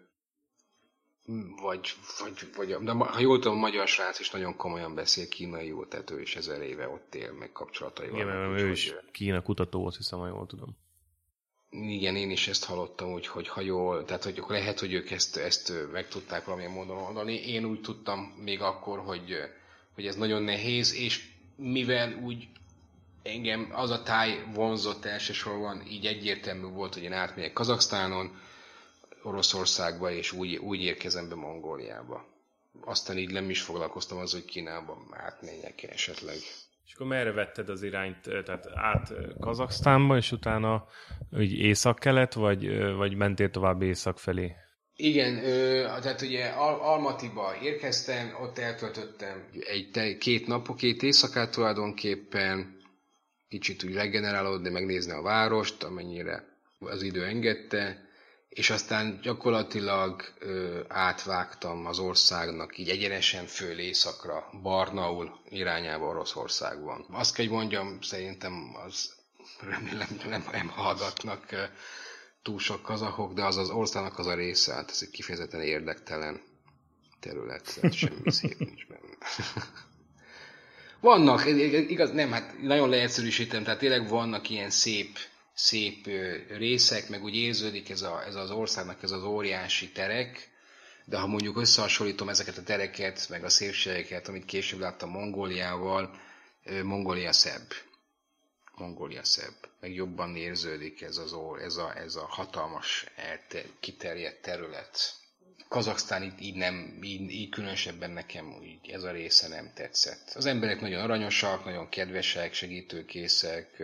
Vagy, vagy, vagy, de ha jól tudom, a magyar srác is nagyon komolyan beszél kínaiul, tehát ő is ezer éve ott él, meg kapcsolatai vannak. Igen, mert ő hogy, is Kína kutató, azt hiszem, ha jól tudom. Igen, én is ezt hallottam, hogy, hogy ha jól, tehát hogy lehet, hogy ők ezt, ezt meg tudták valamilyen módon oldani. Én úgy tudtam még akkor, hogy, hogy ez nagyon nehéz, és mivel úgy engem az a táj vonzott elsősorban, így egyértelmű volt, hogy én átmegyek Kazaksztánon, Oroszországba, és úgy, úgy érkezem be Mongóliába. Aztán így nem is foglalkoztam az, hogy Kínában átmenjek esetleg. És akkor merre vetted az irányt, tehát át Kazaksztánba, és utána úgy észak-kelet, vagy, vagy mentél tovább észak felé? Igen, ö, tehát ugye Al- Almatiba érkeztem, ott eltöltöttem egy két napot, két éjszakát tulajdonképpen, kicsit úgy regenerálódni, megnézni a várost, amennyire az idő engedte, és aztán gyakorlatilag ö, átvágtam az országnak így egyenesen föl északra, Barnaul irányába Oroszországban. Azt kell, hogy mondjam, szerintem az remélem nem, nem hallgatnak ö, túl sok kazahok, de az az országnak az a része, hát ez egy kifejezetten érdektelen terület, tehát semmi szép nincs benne. Vannak, igaz, nem, hát nagyon leegyszerűsítem, tehát tényleg vannak ilyen szép szép részek, meg úgy érződik ez, a, ez az országnak ez az óriási terek, de ha mondjuk összehasonlítom ezeket a tereket, meg a szépségeket, amit később láttam Mongóliával, Mongólia szebb. Mongólia szebb. Meg jobban érződik ez, az, ez, a, ez a hatalmas, elte, kiterjedt terület. Kazaksztán így, így, nem, így, így különösebben nekem így ez a része nem tetszett. Az emberek nagyon aranyosak, nagyon kedvesek, segítőkészek,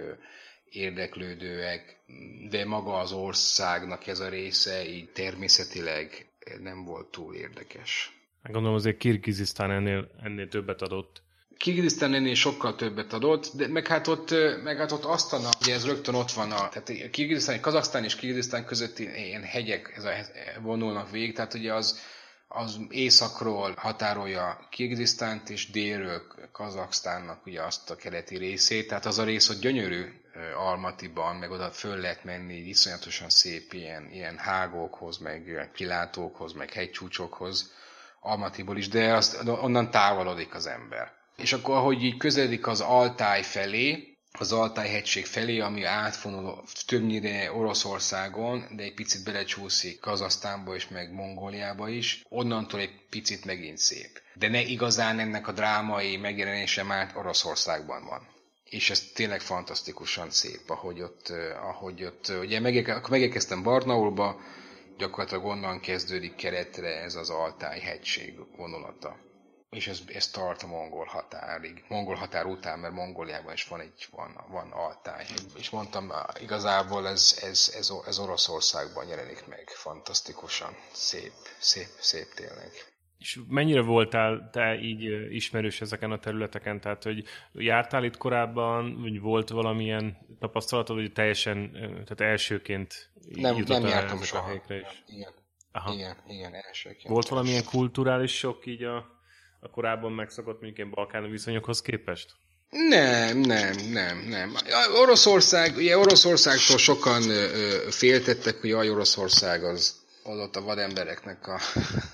érdeklődőek, de maga az országnak ez a része így természetileg nem volt túl érdekes. Gondolom azért Kirgizisztán ennél, ennél többet adott. Kirgizisztán ennél sokkal többet adott, de meg hát ott, meg hát ott Asztana, ugye ez rögtön ott van, a, tehát Kirgizisztán, Kazaksztán és Kirgizisztán közötti ilyen hegyek ez a, vonulnak végig, tehát ugye az, az északról határolja Kirgizisztánt, és délről Kazaksztánnak ugye azt a keleti részét, tehát az a rész ott gyönyörű Almatiban, meg oda föl lehet menni iszonyatosan szép ilyen, ilyen hágókhoz, meg kilátókhoz, meg hegycsúcsokhoz Almatiból is, de azt, onnan távolodik az ember. És akkor, ahogy így közeledik az Altáj felé, az Altáj-hegység felé, ami átfonul többnyire Oroszországon, de egy picit belecsúszik Kazahsztánba és meg Mongóliába is, onnantól egy picit megint szép. De ne igazán ennek a drámai megjelenése már Oroszországban van. És ez tényleg fantasztikusan szép, ahogy ott, ahogy ott ugye megérke, megérkeztem Barnaulba, gyakorlatilag onnan kezdődik keretre ez az Altáj-hegység vonulata. És ez, ez tart a mongol határig. Mongol határ után, mert Mongóliában is van egy van, van Altáj. És mondtam, igazából ez, ez, ez, ez Oroszországban jelenik meg fantasztikusan. Szép, szép, szép tényleg. És mennyire voltál te így ismerős ezeken a területeken? Tehát, hogy jártál itt korábban, vagy volt valamilyen tapasztalatod, hogy teljesen, tehát elsőként nem, nem jártam soha. Igen. Aha. igen, igen, elsőként. Volt valamilyen kulturális sok így a, a korábban megszokott, mondjuk ilyen balkáni viszonyokhoz képest? Nem, nem, nem, nem. Oroszország, ugye Oroszországtól sokan ö, féltettek, hogy jaj, Oroszország az, az ott a vadembereknek a...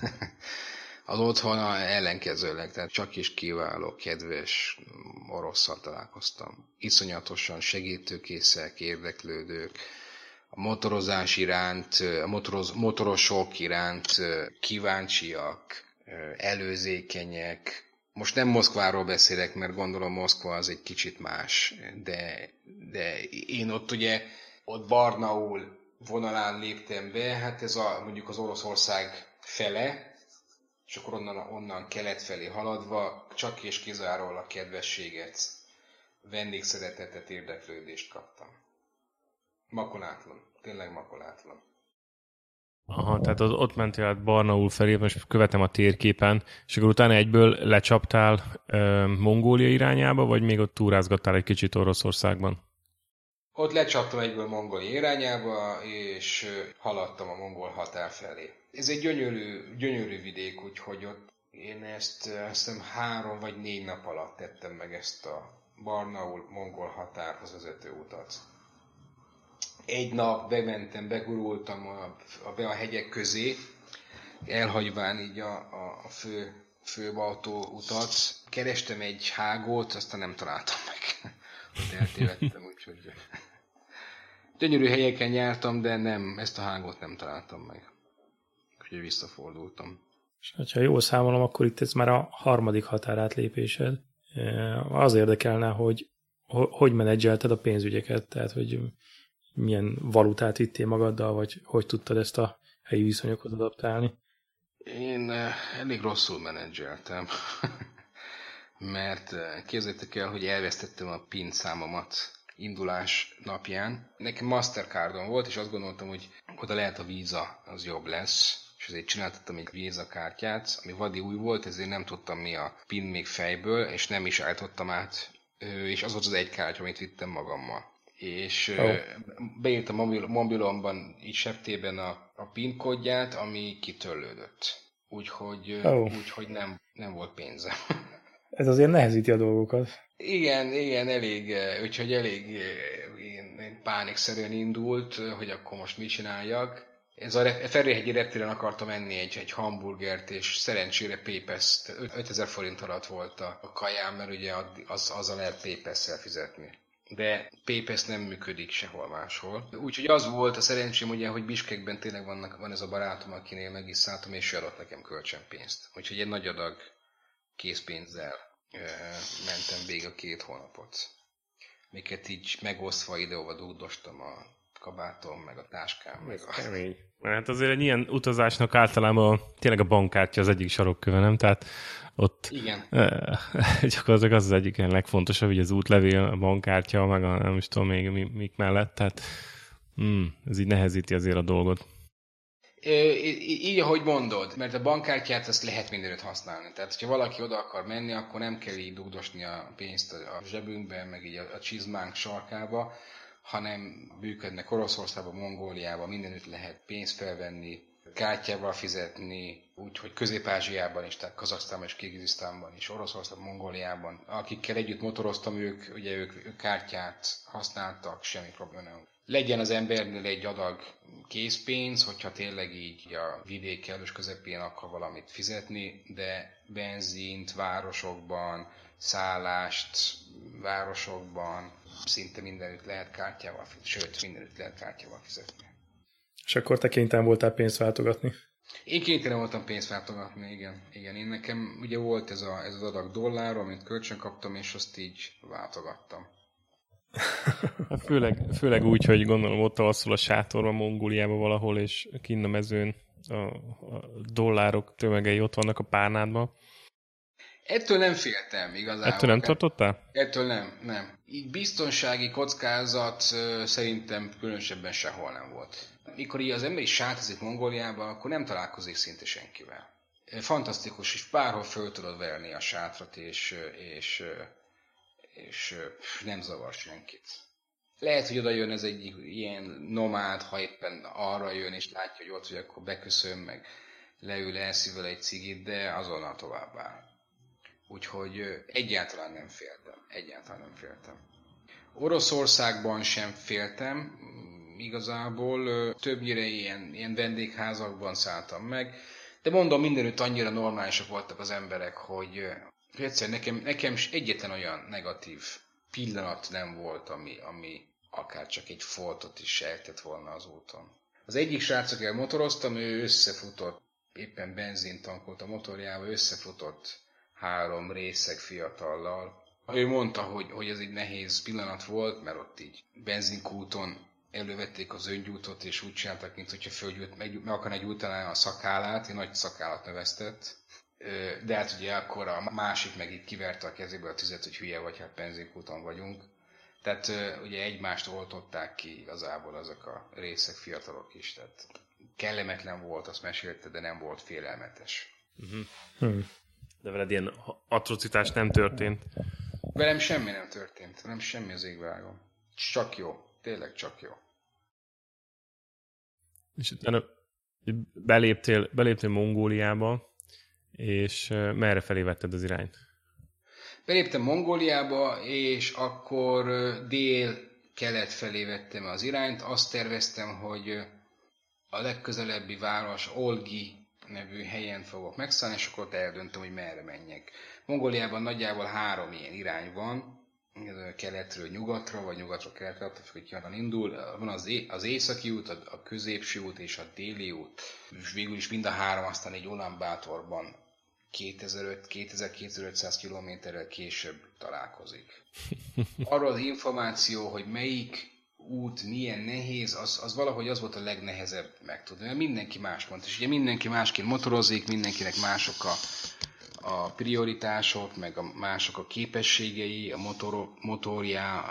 az otthona ellenkezőleg, tehát csak is kiváló, kedves orosszal találkoztam. Iszonyatosan segítőkészek, érdeklődők. a motorozás iránt, a motoroz, motorosok iránt kíváncsiak, előzékenyek. Most nem Moszkváról beszélek, mert gondolom Moszkva az egy kicsit más, de, de én ott ugye, ott Barnaul vonalán léptem be, hát ez a, mondjuk az Oroszország fele, és akkor onnan, onnan kelet felé haladva csak és kizárólag kedvességet, vendégszeretetet, érdeklődést kaptam. Makulátlan, tényleg makulátlan. Aha, tehát az, ott mentél át Barnaul felé, most követem a térképen, és akkor utána egyből lecsaptál e, Mongólia irányába, vagy még ott túrázgattál egy kicsit Oroszországban? Ott lecsaptam egyből Mongólia irányába, és haladtam a mongol határ felé. Ez egy gyönyörű, gyönyörű vidék, úgyhogy ott én ezt azt hiszem három vagy négy nap alatt tettem meg ezt a Barnaul-mongol határhoz vezető utat. Egy nap bementem, begurultam a, a, be a hegyek közé, elhagyván így a, a, a fő, fő autóutat. Kerestem egy hágót, aztán nem találtam meg. Ott eltévedtem, úgyhogy... Gyönyörű helyeken jártam, de nem, ezt a hágót nem találtam meg. Úgyhogy visszafordultam. És ha jól számolom, akkor itt ez már a harmadik határátlépésed. Az érdekelne, hogy hogy menedzselted a pénzügyeket, tehát hogy milyen valutát vittél magaddal, vagy hogy tudtad ezt a helyi viszonyokhoz adaptálni? Én elég rosszul menedzseltem, mert képzeljétek el, hogy elvesztettem a PIN számomat indulás napján. Nekem Mastercardon volt, és azt gondoltam, hogy oda lehet a Visa, az jobb lesz, és ezért csináltattam egy Visa kártyát, ami vadi új volt, ezért nem tudtam mi a PIN még fejből, és nem is állítottam át, és az volt az egy kártya, amit vittem magammal. És oh. beírtam mobil, mobilomban így septében a, a PIN kódját, ami kitörlődött. Úgyhogy, oh. úgyhogy nem, nem volt pénzem. Ez azért nehezíti a dolgokat. Igen, igen, elég, úgyhogy elég én, pánikszerűen indult, hogy akkor most mit csináljak. Ez a Ferihegyi reptéren akartam enni egy, egy hamburgert, és szerencsére PayPass ötezer forint alatt volt a, a kajám, mert ugye az, azzal lehet PayPass-szel fizetni. De PayPass nem működik sehol máshol. Úgyhogy az volt a szerencsém, ugye, hogy Biskekben tényleg vannak, van ez a barátom, akinél meg is szálltam, és ő adott nekem kölcsönpénzt. Úgyhogy egy nagy adag készpénzzel e, mentem végig a két hónapot. Miket így megosztva ide-ova dugdostam a kabátom, meg a táskám, meg a... Kemény. Hát azért egy ilyen utazásnak általában tényleg a bankkártya az egyik sarokköve, nem? Tehát ott igen. Gyakorlatilag az az egyik ilyen legfontosabb, hogy az útlevél, a bankkártya, meg a nem is tudom még mi, mik mellett, tehát mm, ez így nehezíti azért a dolgot. Így, ahogy mondod, mert a bankkártyát azt lehet mindenütt használni. Tehát, hogyha valaki oda akar menni, akkor nem kell így dugdosni a pénzt a zsebünkbe, meg így a csizmánk sarkába, hanem működnek Oroszországban, Mongóliában, mindenütt lehet pénzt felvenni, kártyával fizetni, úgyhogy Közép-Ázsiában is, tehát Kazaksztánban és Kirgizisztánban is, Oroszországban, Mongóliában. Akikkel együtt motoroztam, ők, ugye ők, ők kártyát használtak, semmi probléma nem. Legyen az embernél egy adag készpénz, hogyha tényleg így a vidék elős közepén akar valamit fizetni, de benzint városokban, szállást városokban, szinte mindenütt lehet kártyával fizetni, sőt, mindenütt lehet kártyával fizetni. És akkor te kénytelen voltál pénzt váltogatni? Én kénytelen voltam pénzt váltogatni, igen. igen. Én nekem ugye volt ez, a, ez az adag dollár, amit kölcsön kaptam, és azt így váltogattam. Főleg, főleg úgy, hogy gondolom ott alszol a sátorban, Mongóliában valahol, és kinn a mezőn a, a dollárok tömegei ott vannak a párnádban. Ettől nem féltem igazából. Ettől nem tartottál? Ettől nem, nem. Így biztonsági kockázat szerintem különösebben sehol nem volt. Mikor így az ember is sátozik Mongóliába, akkor nem találkozik szinte senkivel. Fantasztikus, és bárhol föl tudod verni a sátrat, és, és, és nem zavar senkit. Lehet, hogy oda jön ez egy ilyen nomád, ha éppen arra jön, és látja, hogy ott vagy, akkor beköszön, meg leül, elszív vele egy cigit, de azonnal tovább áll. Úgyhogy egyáltalán nem féltem. Egyáltalán nem féltem. Oroszországban sem féltem, igazából többnyire ilyen, ilyen vendégházakban szálltam meg, de mondom, mindenütt annyira normálisak voltak az emberek, hogy egyszerűen nekem, nekem egyetlen olyan negatív pillanat nem volt, ami, ami, akár csak egy foltot is sejtett volna az úton. Az egyik srác, akivel motoroztam, ő összefutott, éppen benzint tankolt a motorjával, összefutott három részeg fiatallal. Ő mondta, hogy, hogy ez egy nehéz pillanat volt, mert ott így benzinkúton elővették az öngyújtót, és úgy csináltak, mint hogyha fölgyújt, meg, meg akarná gyújtani a szakálát, egy nagy szakállat növesztett. De hát ugye akkor a másik meg itt kiverte a kezéből a tüzet, hogy hülye vagy, hát benzinkúton vagyunk. Tehát ugye egymást oltották ki igazából azok a részek, fiatalok is. Tehát kellemetlen volt, azt mesélte, de nem volt félelmetes. Uh-huh. Hmm. De veled ilyen atrocitás nem történt? Velem semmi nem történt. Velem semmi az égvágom. Csak jó. Tényleg csak jó. És utána beléptél, beléptél Mongóliába, és merre felé vetted az irányt? Beléptem Mongóliába, és akkor dél-kelet felé vettem az irányt. Azt terveztem, hogy a legközelebbi város Olgi nevű helyen fogok megszállni, és akkor ott eldöntöm, hogy merre menjek. Mongóliában nagyjából három ilyen irány van, keletről nyugatra, vagy nyugatról keletre, attól függ, hogy ki honnan indul. Van az, é- az északi út, a, a középső út és a déli út. És végül is mind a három aztán egy Ulaanbaatorban kétezer-kétezer-ötszáz kilométerrel később találkozik. Arról az információ, hogy melyik út milyen nehéz, az, az valahogy az volt a legnehezebb megtudni. Mert mindenki más mondta, és ugye mindenki másként motorozik, mindenkinek mások a, a prioritások, meg a mások a képességei, a motor, motorja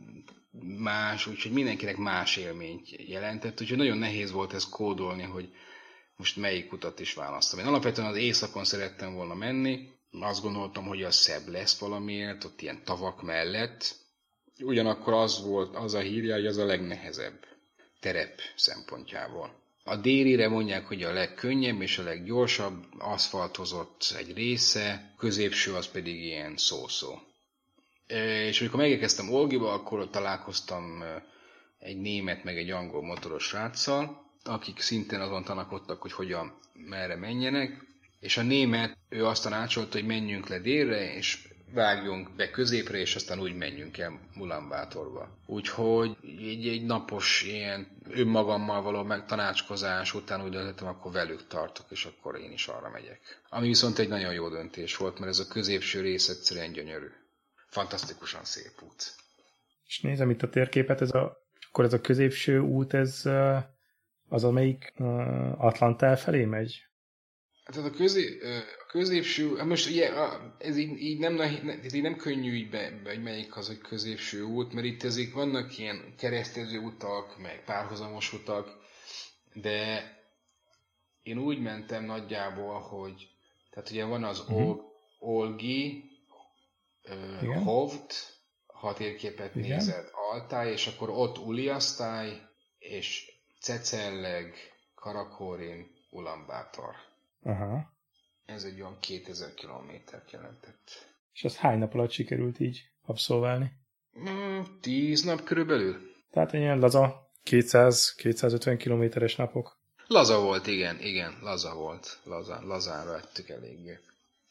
más, úgyhogy mindenkinek más élményt jelentett, úgyhogy nagyon nehéz volt ezt kódolni, hogy most melyik utat is választom. Én alapvetően az északon szerettem volna menni, azt gondoltam, hogy az szebb lesz valamiért, ott ilyen tavak mellett. Ugyanakkor az volt, az a hírja, hogy az a legnehezebb terep szempontjából. A délire mondják, hogy a legkönnyebb és a leggyorsabb, aszfaltozott egy része, középső az pedig ilyen szó-szó. És amikor megérkeztem Olgiba, akkor találkoztam egy német meg egy angol motoros sráccal, akik szintén azon tanakodtak, hogy hogyan, merre menjenek, és a német, ő azt tanácsolta, hogy menjünk le délre, és vágjunk be középre, és aztán úgy menjünk el Ulaanbaatorba. Úgyhogy egy, egy napos ilyen önmagammal való megtanácskozás után úgy döntöttem, akkor velük tartok, és akkor én is arra megyek. Ami viszont egy nagyon jó döntés volt, mert ez a középső rész egyszerűen gyönyörű. Fantasztikusan szép út. És nézem itt a térképet, ez a, akkor ez a középső út, ez az, amelyik Atlanta felé megy? Tehát a, közé, a középső, most ugye ez így, így, nem, ez így nem könnyű így be, hogy melyik az, hogy középső út, mert itt ezek vannak ilyen keresztező utak, meg párhuzamos utak, de én úgy mentem nagyjából, hogy tehát ugye van az uh-huh. Olgi, uh, Hovt, ha térképet igen. nézed, Altáj, és akkor ott Uliasztály, és Cecelleg, Karakorin, Ulaanbaator. Aha. Ez egy olyan kétezer kilométert jelentett. És az hány nap alatt sikerült így abszolválni? Mm, tíz nap körülbelül. Tehát ilyen laza kétszáz-kétszázötven kilométeres napok. Laza volt, igen, igen, laza volt. Laza, lazára ettük eléggé.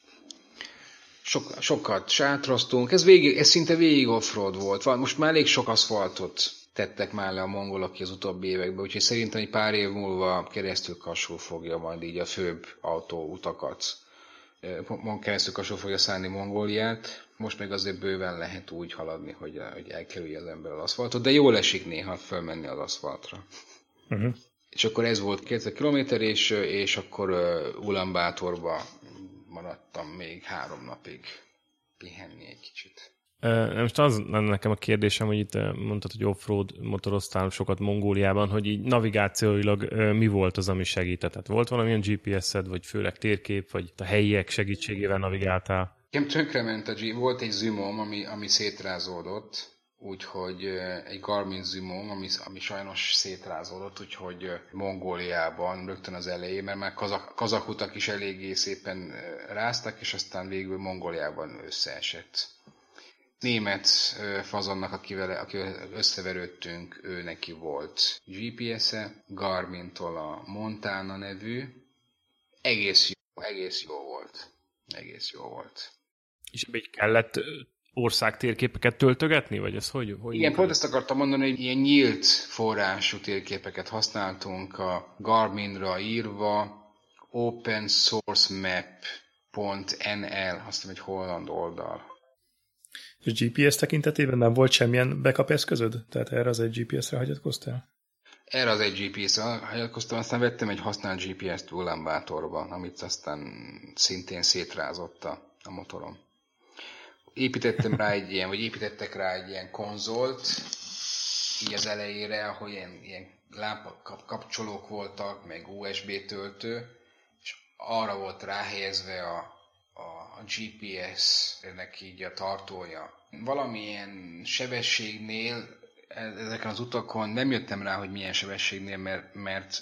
Sok, sokat sátroztunk, ez, végig, ez szinte végig offroad volt. Most már elég sok aszfaltot tettek már le a mongolok ki az utóbbi években, úgyhogy szerintem egy pár év múlva keresztül Kasul fogja majd így a főbb autóutakat, keresztül Kasul fogja szállni Mongóliát. Most még azért bőven lehet úgy haladni, hogy, hogy elkerülje az ember az aszfaltot, de jól esik néha fölmenni az aszfaltra. Uh-huh. És akkor ez volt kétezer kilométer, és, és akkor uh, Ulaanbaatorba maradtam még három napig pihenni egy kicsit. Most az lenne nekem a kérdésem, hogy itt mondtad, hogy offroad motoroztál sokat Mongóliában, hogy így navigációilag mi volt az, ami segített? Tehát volt valamilyen gé pé es-ed, vagy főleg térkép, vagy a helyiek segítségével navigáltál? Nekem tönkrement a G, volt egy zümom, ami, ami szétrázódott, úgyhogy egy Garmin zümom, ami, ami sajnos szétrázódott, úgyhogy Mongóliában rögtön az elején, mert már kazak, kazakutak is eléggé szépen ráztak, és aztán végül Mongóliában összeesett. Német fazonnak, akivel, akivel összeverődtünk, ő neki volt gé pé es-e, Garmin-tól a Montana nevű. Egész jó, egész jó volt. Egész jó volt. És így kellett ország térképeket töltögetni, vagy ez hogy? hogy Igen, pont ezt akartam mondani, hogy ilyen nyílt forrású térképeket használtunk a Garminra írva, open source map pont n l, azt hiszem egy holland oldal. És gé pé es tekintetében nem volt semmilyen backup eszközöd? Tehát erre az egy gé pé es-re hagyatkoztál? Erre az egy gé pé es-re hagyatkoztam, aztán vettem egy használt gé pé est Ulaanbaatorban, amit aztán szintén szétrázott a, a motorom. Építettem rá egy ilyen, vagy építettek rá egy ilyen konzolt, így az elejére, ahol ilyen, ilyen lámpa kapcsolók voltak, meg u es bé töltő, és arra volt ráhelyezve a, a, a gé pé es-nek így a tartója. Valamilyen sebességnél ezeken az utakon nem jöttem rá, hogy milyen sebességnél, mert, mert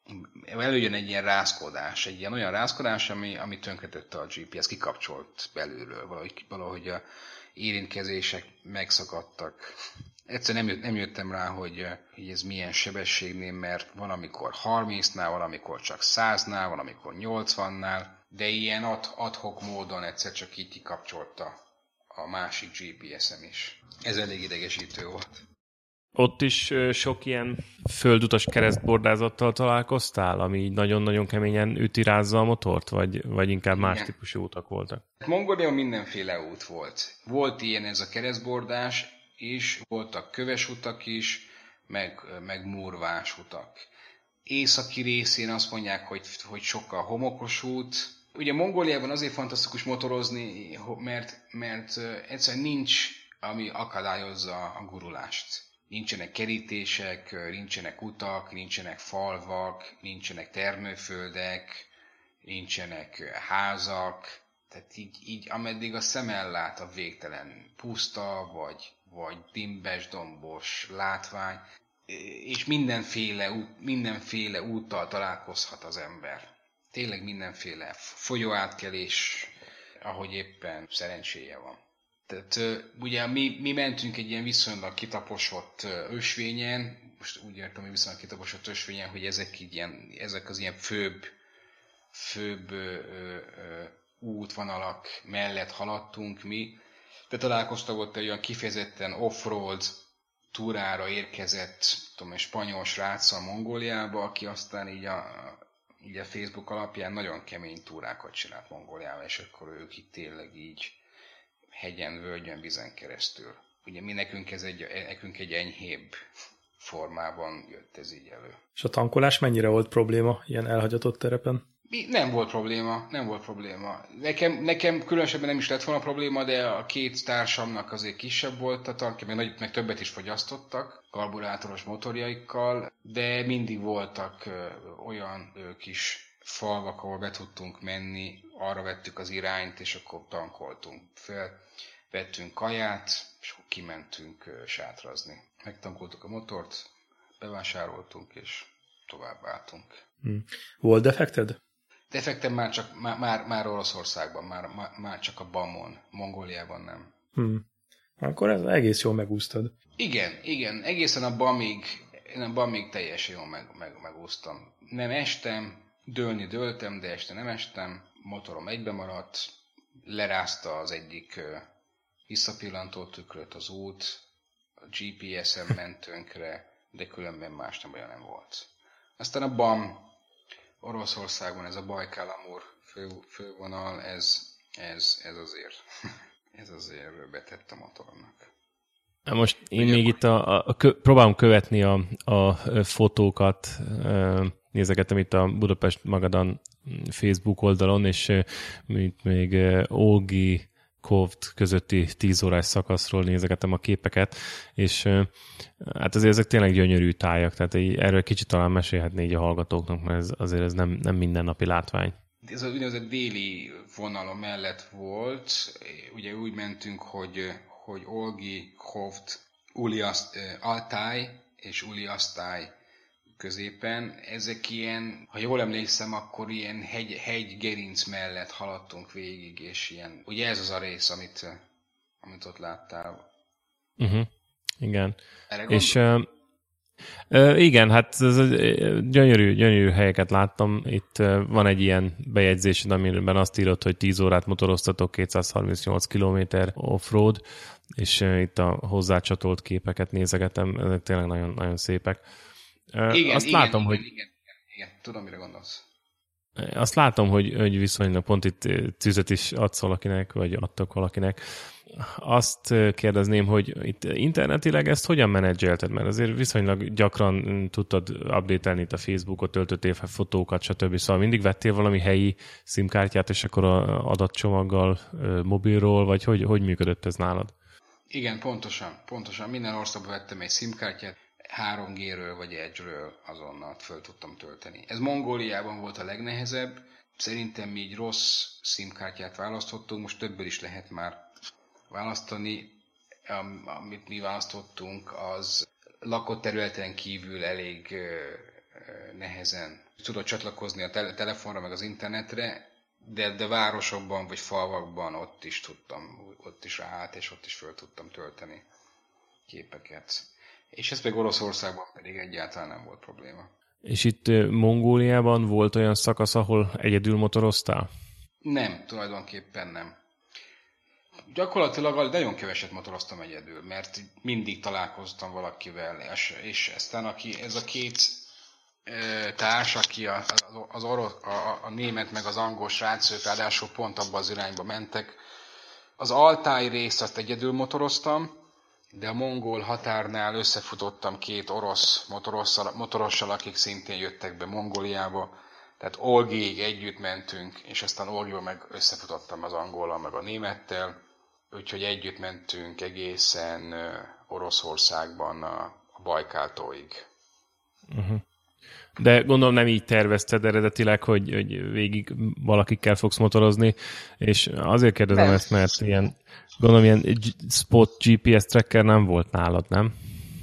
előjön egy ilyen rázkodás, egy ilyen olyan rázkodás, ami, ami tönkretette a gé pé es, kikapcsolt belülről, valahogy, valahogy a érintkezések megszakadtak. Egyszerűen nem, jött, nem jöttem rá, hogy, hogy ez milyen sebességnél, mert van, amikor harmincnál, van, amikor csak száznál, van, amikor nyolcvannál, de ilyen ad, ad-hoc módon egyszer csak így kikapcsolta a másik gé pé es-em is. Ez elég idegesítő volt. Ott is sok ilyen földutas keresztbordázattal találkoztál, ami így nagyon-nagyon keményen üti rázza a motort, vagy, vagy inkább más Igen. típusú utak voltak? Mongóliában mindenféle út volt. Volt ilyen ez a keresztbordás is, voltak köves utak is, meg, meg murvás utak. Északi részén azt mondják, hogy, hogy sokkal homokos út. Ugye Mongóliában azért fantasztikus motorozni, mert, mert egyszerűen nincs, ami akadályozza a gurulást. Nincsenek kerítések, nincsenek utak, nincsenek falvak, nincsenek termőföldek, nincsenek házak. Tehát így, így ameddig a szem ellát a végtelen puszta, vagy, vagy dimbes, dombos látvány, és mindenféle, mindenféle úttal találkozhat az ember. Tényleg mindenféle folyóátkelés, ahogy éppen szerencséje van. Tehát ugye mi, mi mentünk egy ilyen viszonylag kitaposott ösvényen, most úgy értem, hogy viszonylag kitaposott ösvényen, hogy ezek, így ilyen, ezek az ilyen főbb, főbb ö, ö, útvonalak mellett haladtunk mi. De találkoztak ott egy olyan kifejezetten off-road túrára érkezett, tudom, egy spanyol sráccal Mongóliába, aki aztán így a, így a Facebook alapján nagyon kemény túrákat csinált Mongóliába, és akkor ők itt tényleg így hegyen, völgyön, vizen keresztül. Ugye mi nekünk, ez egy, nekünk egy enyhébb formában jött ez így elő. És a tankolás mennyire volt probléma ilyen elhagyatott terepen? Mi, nem volt probléma, nem volt probléma. Nekem, nekem különösebben nem is lett volna probléma, de a két társamnak azért kisebb volt a tankja, meg, nagy, meg többet is fogyasztottak karburátoros motorjaikkal, de mindig voltak ö, olyan ö, kis falvak, ahol be tudtunk menni, arra vettük az irányt, és akkor tankoltunk fel, vettünk kaját, és akkor kimentünk ö, sátrazni. Megtankoltuk a motort, bevásároltunk, és tovább álltunk. Hmm. Volt defekted? Defektem már csak már, már, már Oroszországban, már, már, már csak a BAM-on, Mongóliában nem. Hmm. Akkor ez egész jól megúsztad. Igen, igen, egészen a BAM-ig, a BAM-ig teljesen jól meg, meg, megúsztam. Nem estem, dőlni dőltem, de este nem estem, motorom egybe maradt, lerázta az egyik uh, visszapillantó tükröt az út, a gé pé es-en ment tönkre, de különben más nem olyan nem volt. Aztán a BAM Oroszországban, ez a Bajkál-Amur fő, fővonal, ez, ez, ez azért, ez azért betett a motornak. Most én Ugye még akkor... itt a, a, a kö, próbálom követni a, a fotókat, nézegettem itt a Budapest Magadan Facebook oldalon, és mint még Olgi Kovt közötti tíz órás szakaszról nézegettem a képeket, és hát azért ezek tényleg gyönyörű tájak, tehát erről kicsit talán mesélhetné így a hallgatóknak, mert ez, azért ez nem, nem mindennapi látvány. Ez az úgynevezett déli vonalon mellett volt, ugye úgy mentünk, hogy, hogy Olgi Kovt, Uliaszt, Altáj és Uliasztály középen. Ezek ilyen, ha jól emlékszem, akkor ilyen hegy, hegy gerinc mellett haladtunk végig, és ilyen, ugye ez az a rész, amit, amit ott láttál. Uh-huh. Igen. És uh, Uh, igen, hát ez gyönyörű, gyönyörű helyeket láttam. Itt uh, van egy ilyen bejegyzés, amiben azt írott, hogy tíz órát motoroztatok, kétszázharmincnyolc kilométer off-road, és uh, itt a hozzácsatolt képeket nézegetem, ezek tényleg nagyon, nagyon szépek. Uh, igen, azt igen, látom, igen, hogy... igen, igen, igen, tudom, mire gondolsz. Azt látom, hogy, hogy viszonylag pont itt tüzet is adsz valakinek, vagy adtok valakinek. Azt kérdezném, hogy itt internetileg ezt hogyan menedzselted? Mert azért viszonylag gyakran tudtad update-elni itt a Facebookot, töltöttél fel fotókat, stb. Szóval mindig vettél valami helyi SIM-kártyát, és akkor a adatcsomaggal mobilról, vagy hogy, hogy működött ez nálad? Igen, pontosan. Pontosan. Minden országban vettem egy SIM-kártyát, három G-ről vagy Edge-ről azonnal föl tudtam tölteni. Ez Mongóliában volt a legnehezebb. Szerintem mi így rossz SIM-kártyát választottunk, most többből is lehet már választani. Amit mi választottunk, az lakott területen kívül elég nehezen tudod csatlakozni a tele- telefonra meg az internetre, de, de városokban vagy falvakban ott is tudtam, ott is ráállt, és ott is föl tudtam tölteni képeket. És ez meg Oroszországban pedig egyáltalán nem volt probléma. És itt Mongóliában volt olyan szakasz, ahol egyedül motoroztál? Nem, tulajdonképpen nem. Gyakorlatilag nagyon keveset motoroztam egyedül, mert mindig találkoztam valakivel, és, és aztán aki, ez a két e, társ, aki a, az orosz, a, a német meg az angol srác, ők ráadásul pont abban az irányba mentek. Az Altáj részt azt egyedül motoroztam, de a mongol határnál összefutottam két orosz motorossal, motorossal, akik szintén jöttek be Mongóliába. Tehát Olgiig együtt mentünk, és aztán Olgiba meg összefutottam az angollal, meg a némettel. Úgyhogy együtt mentünk egészen Oroszországban a Bajkáltóig. Uh-huh. De gondolom nem így tervezted eredetileg, hogy, hogy végig valakikkel fogsz motorozni, és azért kérdezem nem. ezt, mert ilyen, gondolom ilyen spot gé pé es tracker nem volt nálad, nem?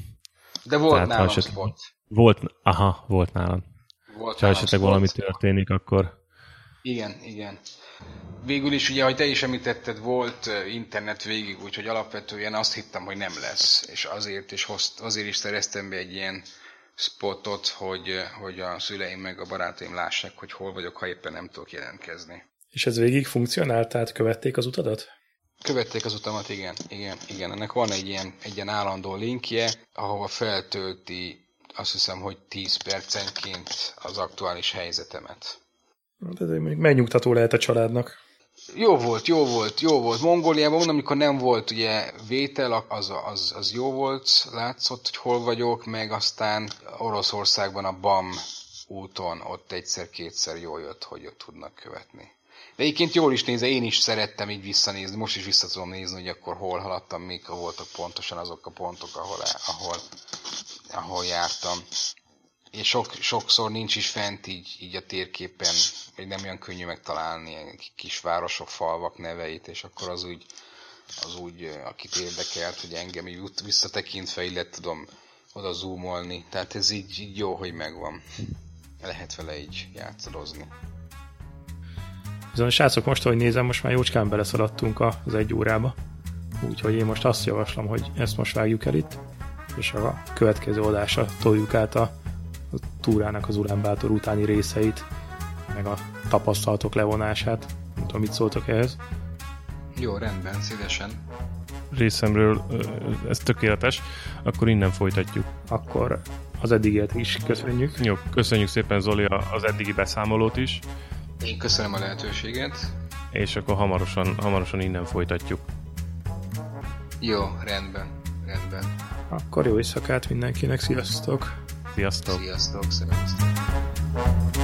De volt Tehát, nálam esetleg, spot. Volt, aha, volt nálad. Volt ha esetleg spot. Valami történik, akkor... Igen, igen. Végül is, ugye, ahogy te is említetted, volt internet végig, úgyhogy alapvetően azt hittem, hogy nem lesz. És azért is, hozt, azért is szereztem be egy ilyen spotot, hogy, hogy a szüleim meg a barátaim lássák, hogy hol vagyok, ha éppen nem tudok jelentkezni. És ez végig funkcionált, tehát követték az utadat? Követték az utamat, igen. igen, igen. Ennek van egy ilyen, egy ilyen állandó linkje, ahova feltölti, azt hiszem, hogy tíz percenként az aktuális helyzetemet. Ez mondjuk megnyugtató lehet a családnak. Jó volt, jó volt, jó volt. Mongóliában, mondom, amikor nem volt ugye vétel, az, az, az jó volt, látszott, hogy hol vagyok, meg aztán Oroszországban a BAM úton ott egyszer-kétszer jól jött, hogy ott tudnak követni. De egyébként jól is nézve, én is szerettem így visszanézni, most is vissza tudom nézni, hogy akkor hol haladtam, mik voltak pontosan azok a pontok, ahol, ahol, ahol jártam. És sok, sokszor nincs is fent így, így a térképen, vagy nem olyan könnyű megtalálni ilyen kis városok, falvak neveit, és akkor az úgy, az úgy akit érdekelt, hogy engem így visszatekintve így le tudom oda zoomolni. Tehát ez így, így jó, hogy megvan. Lehet vele így játszadozni. Viszont srácok, most, ahogy nézem, most már jócskán beleszaladtunk az egy órába. Úgyhogy én most azt javaslom, hogy ezt most vágjuk el itt, és a következő adásra toljuk át a a túrának az Ulánbátor utáni részeit, meg a tapasztalatok levonását. Nem tudom, mit szóltok ehhez. Jó, rendben, szívesen. Részemről ez tökéletes. Akkor innen folytatjuk. Akkor az eddigiet is köszönjük. Jó, köszönjük szépen, Zoli, az eddigi beszámolót is. Én köszönöm a lehetőséget. És akkor hamarosan, hamarosan innen folytatjuk. Jó, rendben, rendben. Akkor jó éjszakát mindenkinek, sziasztok! Sziasztok! Sziasztok, sziasztok!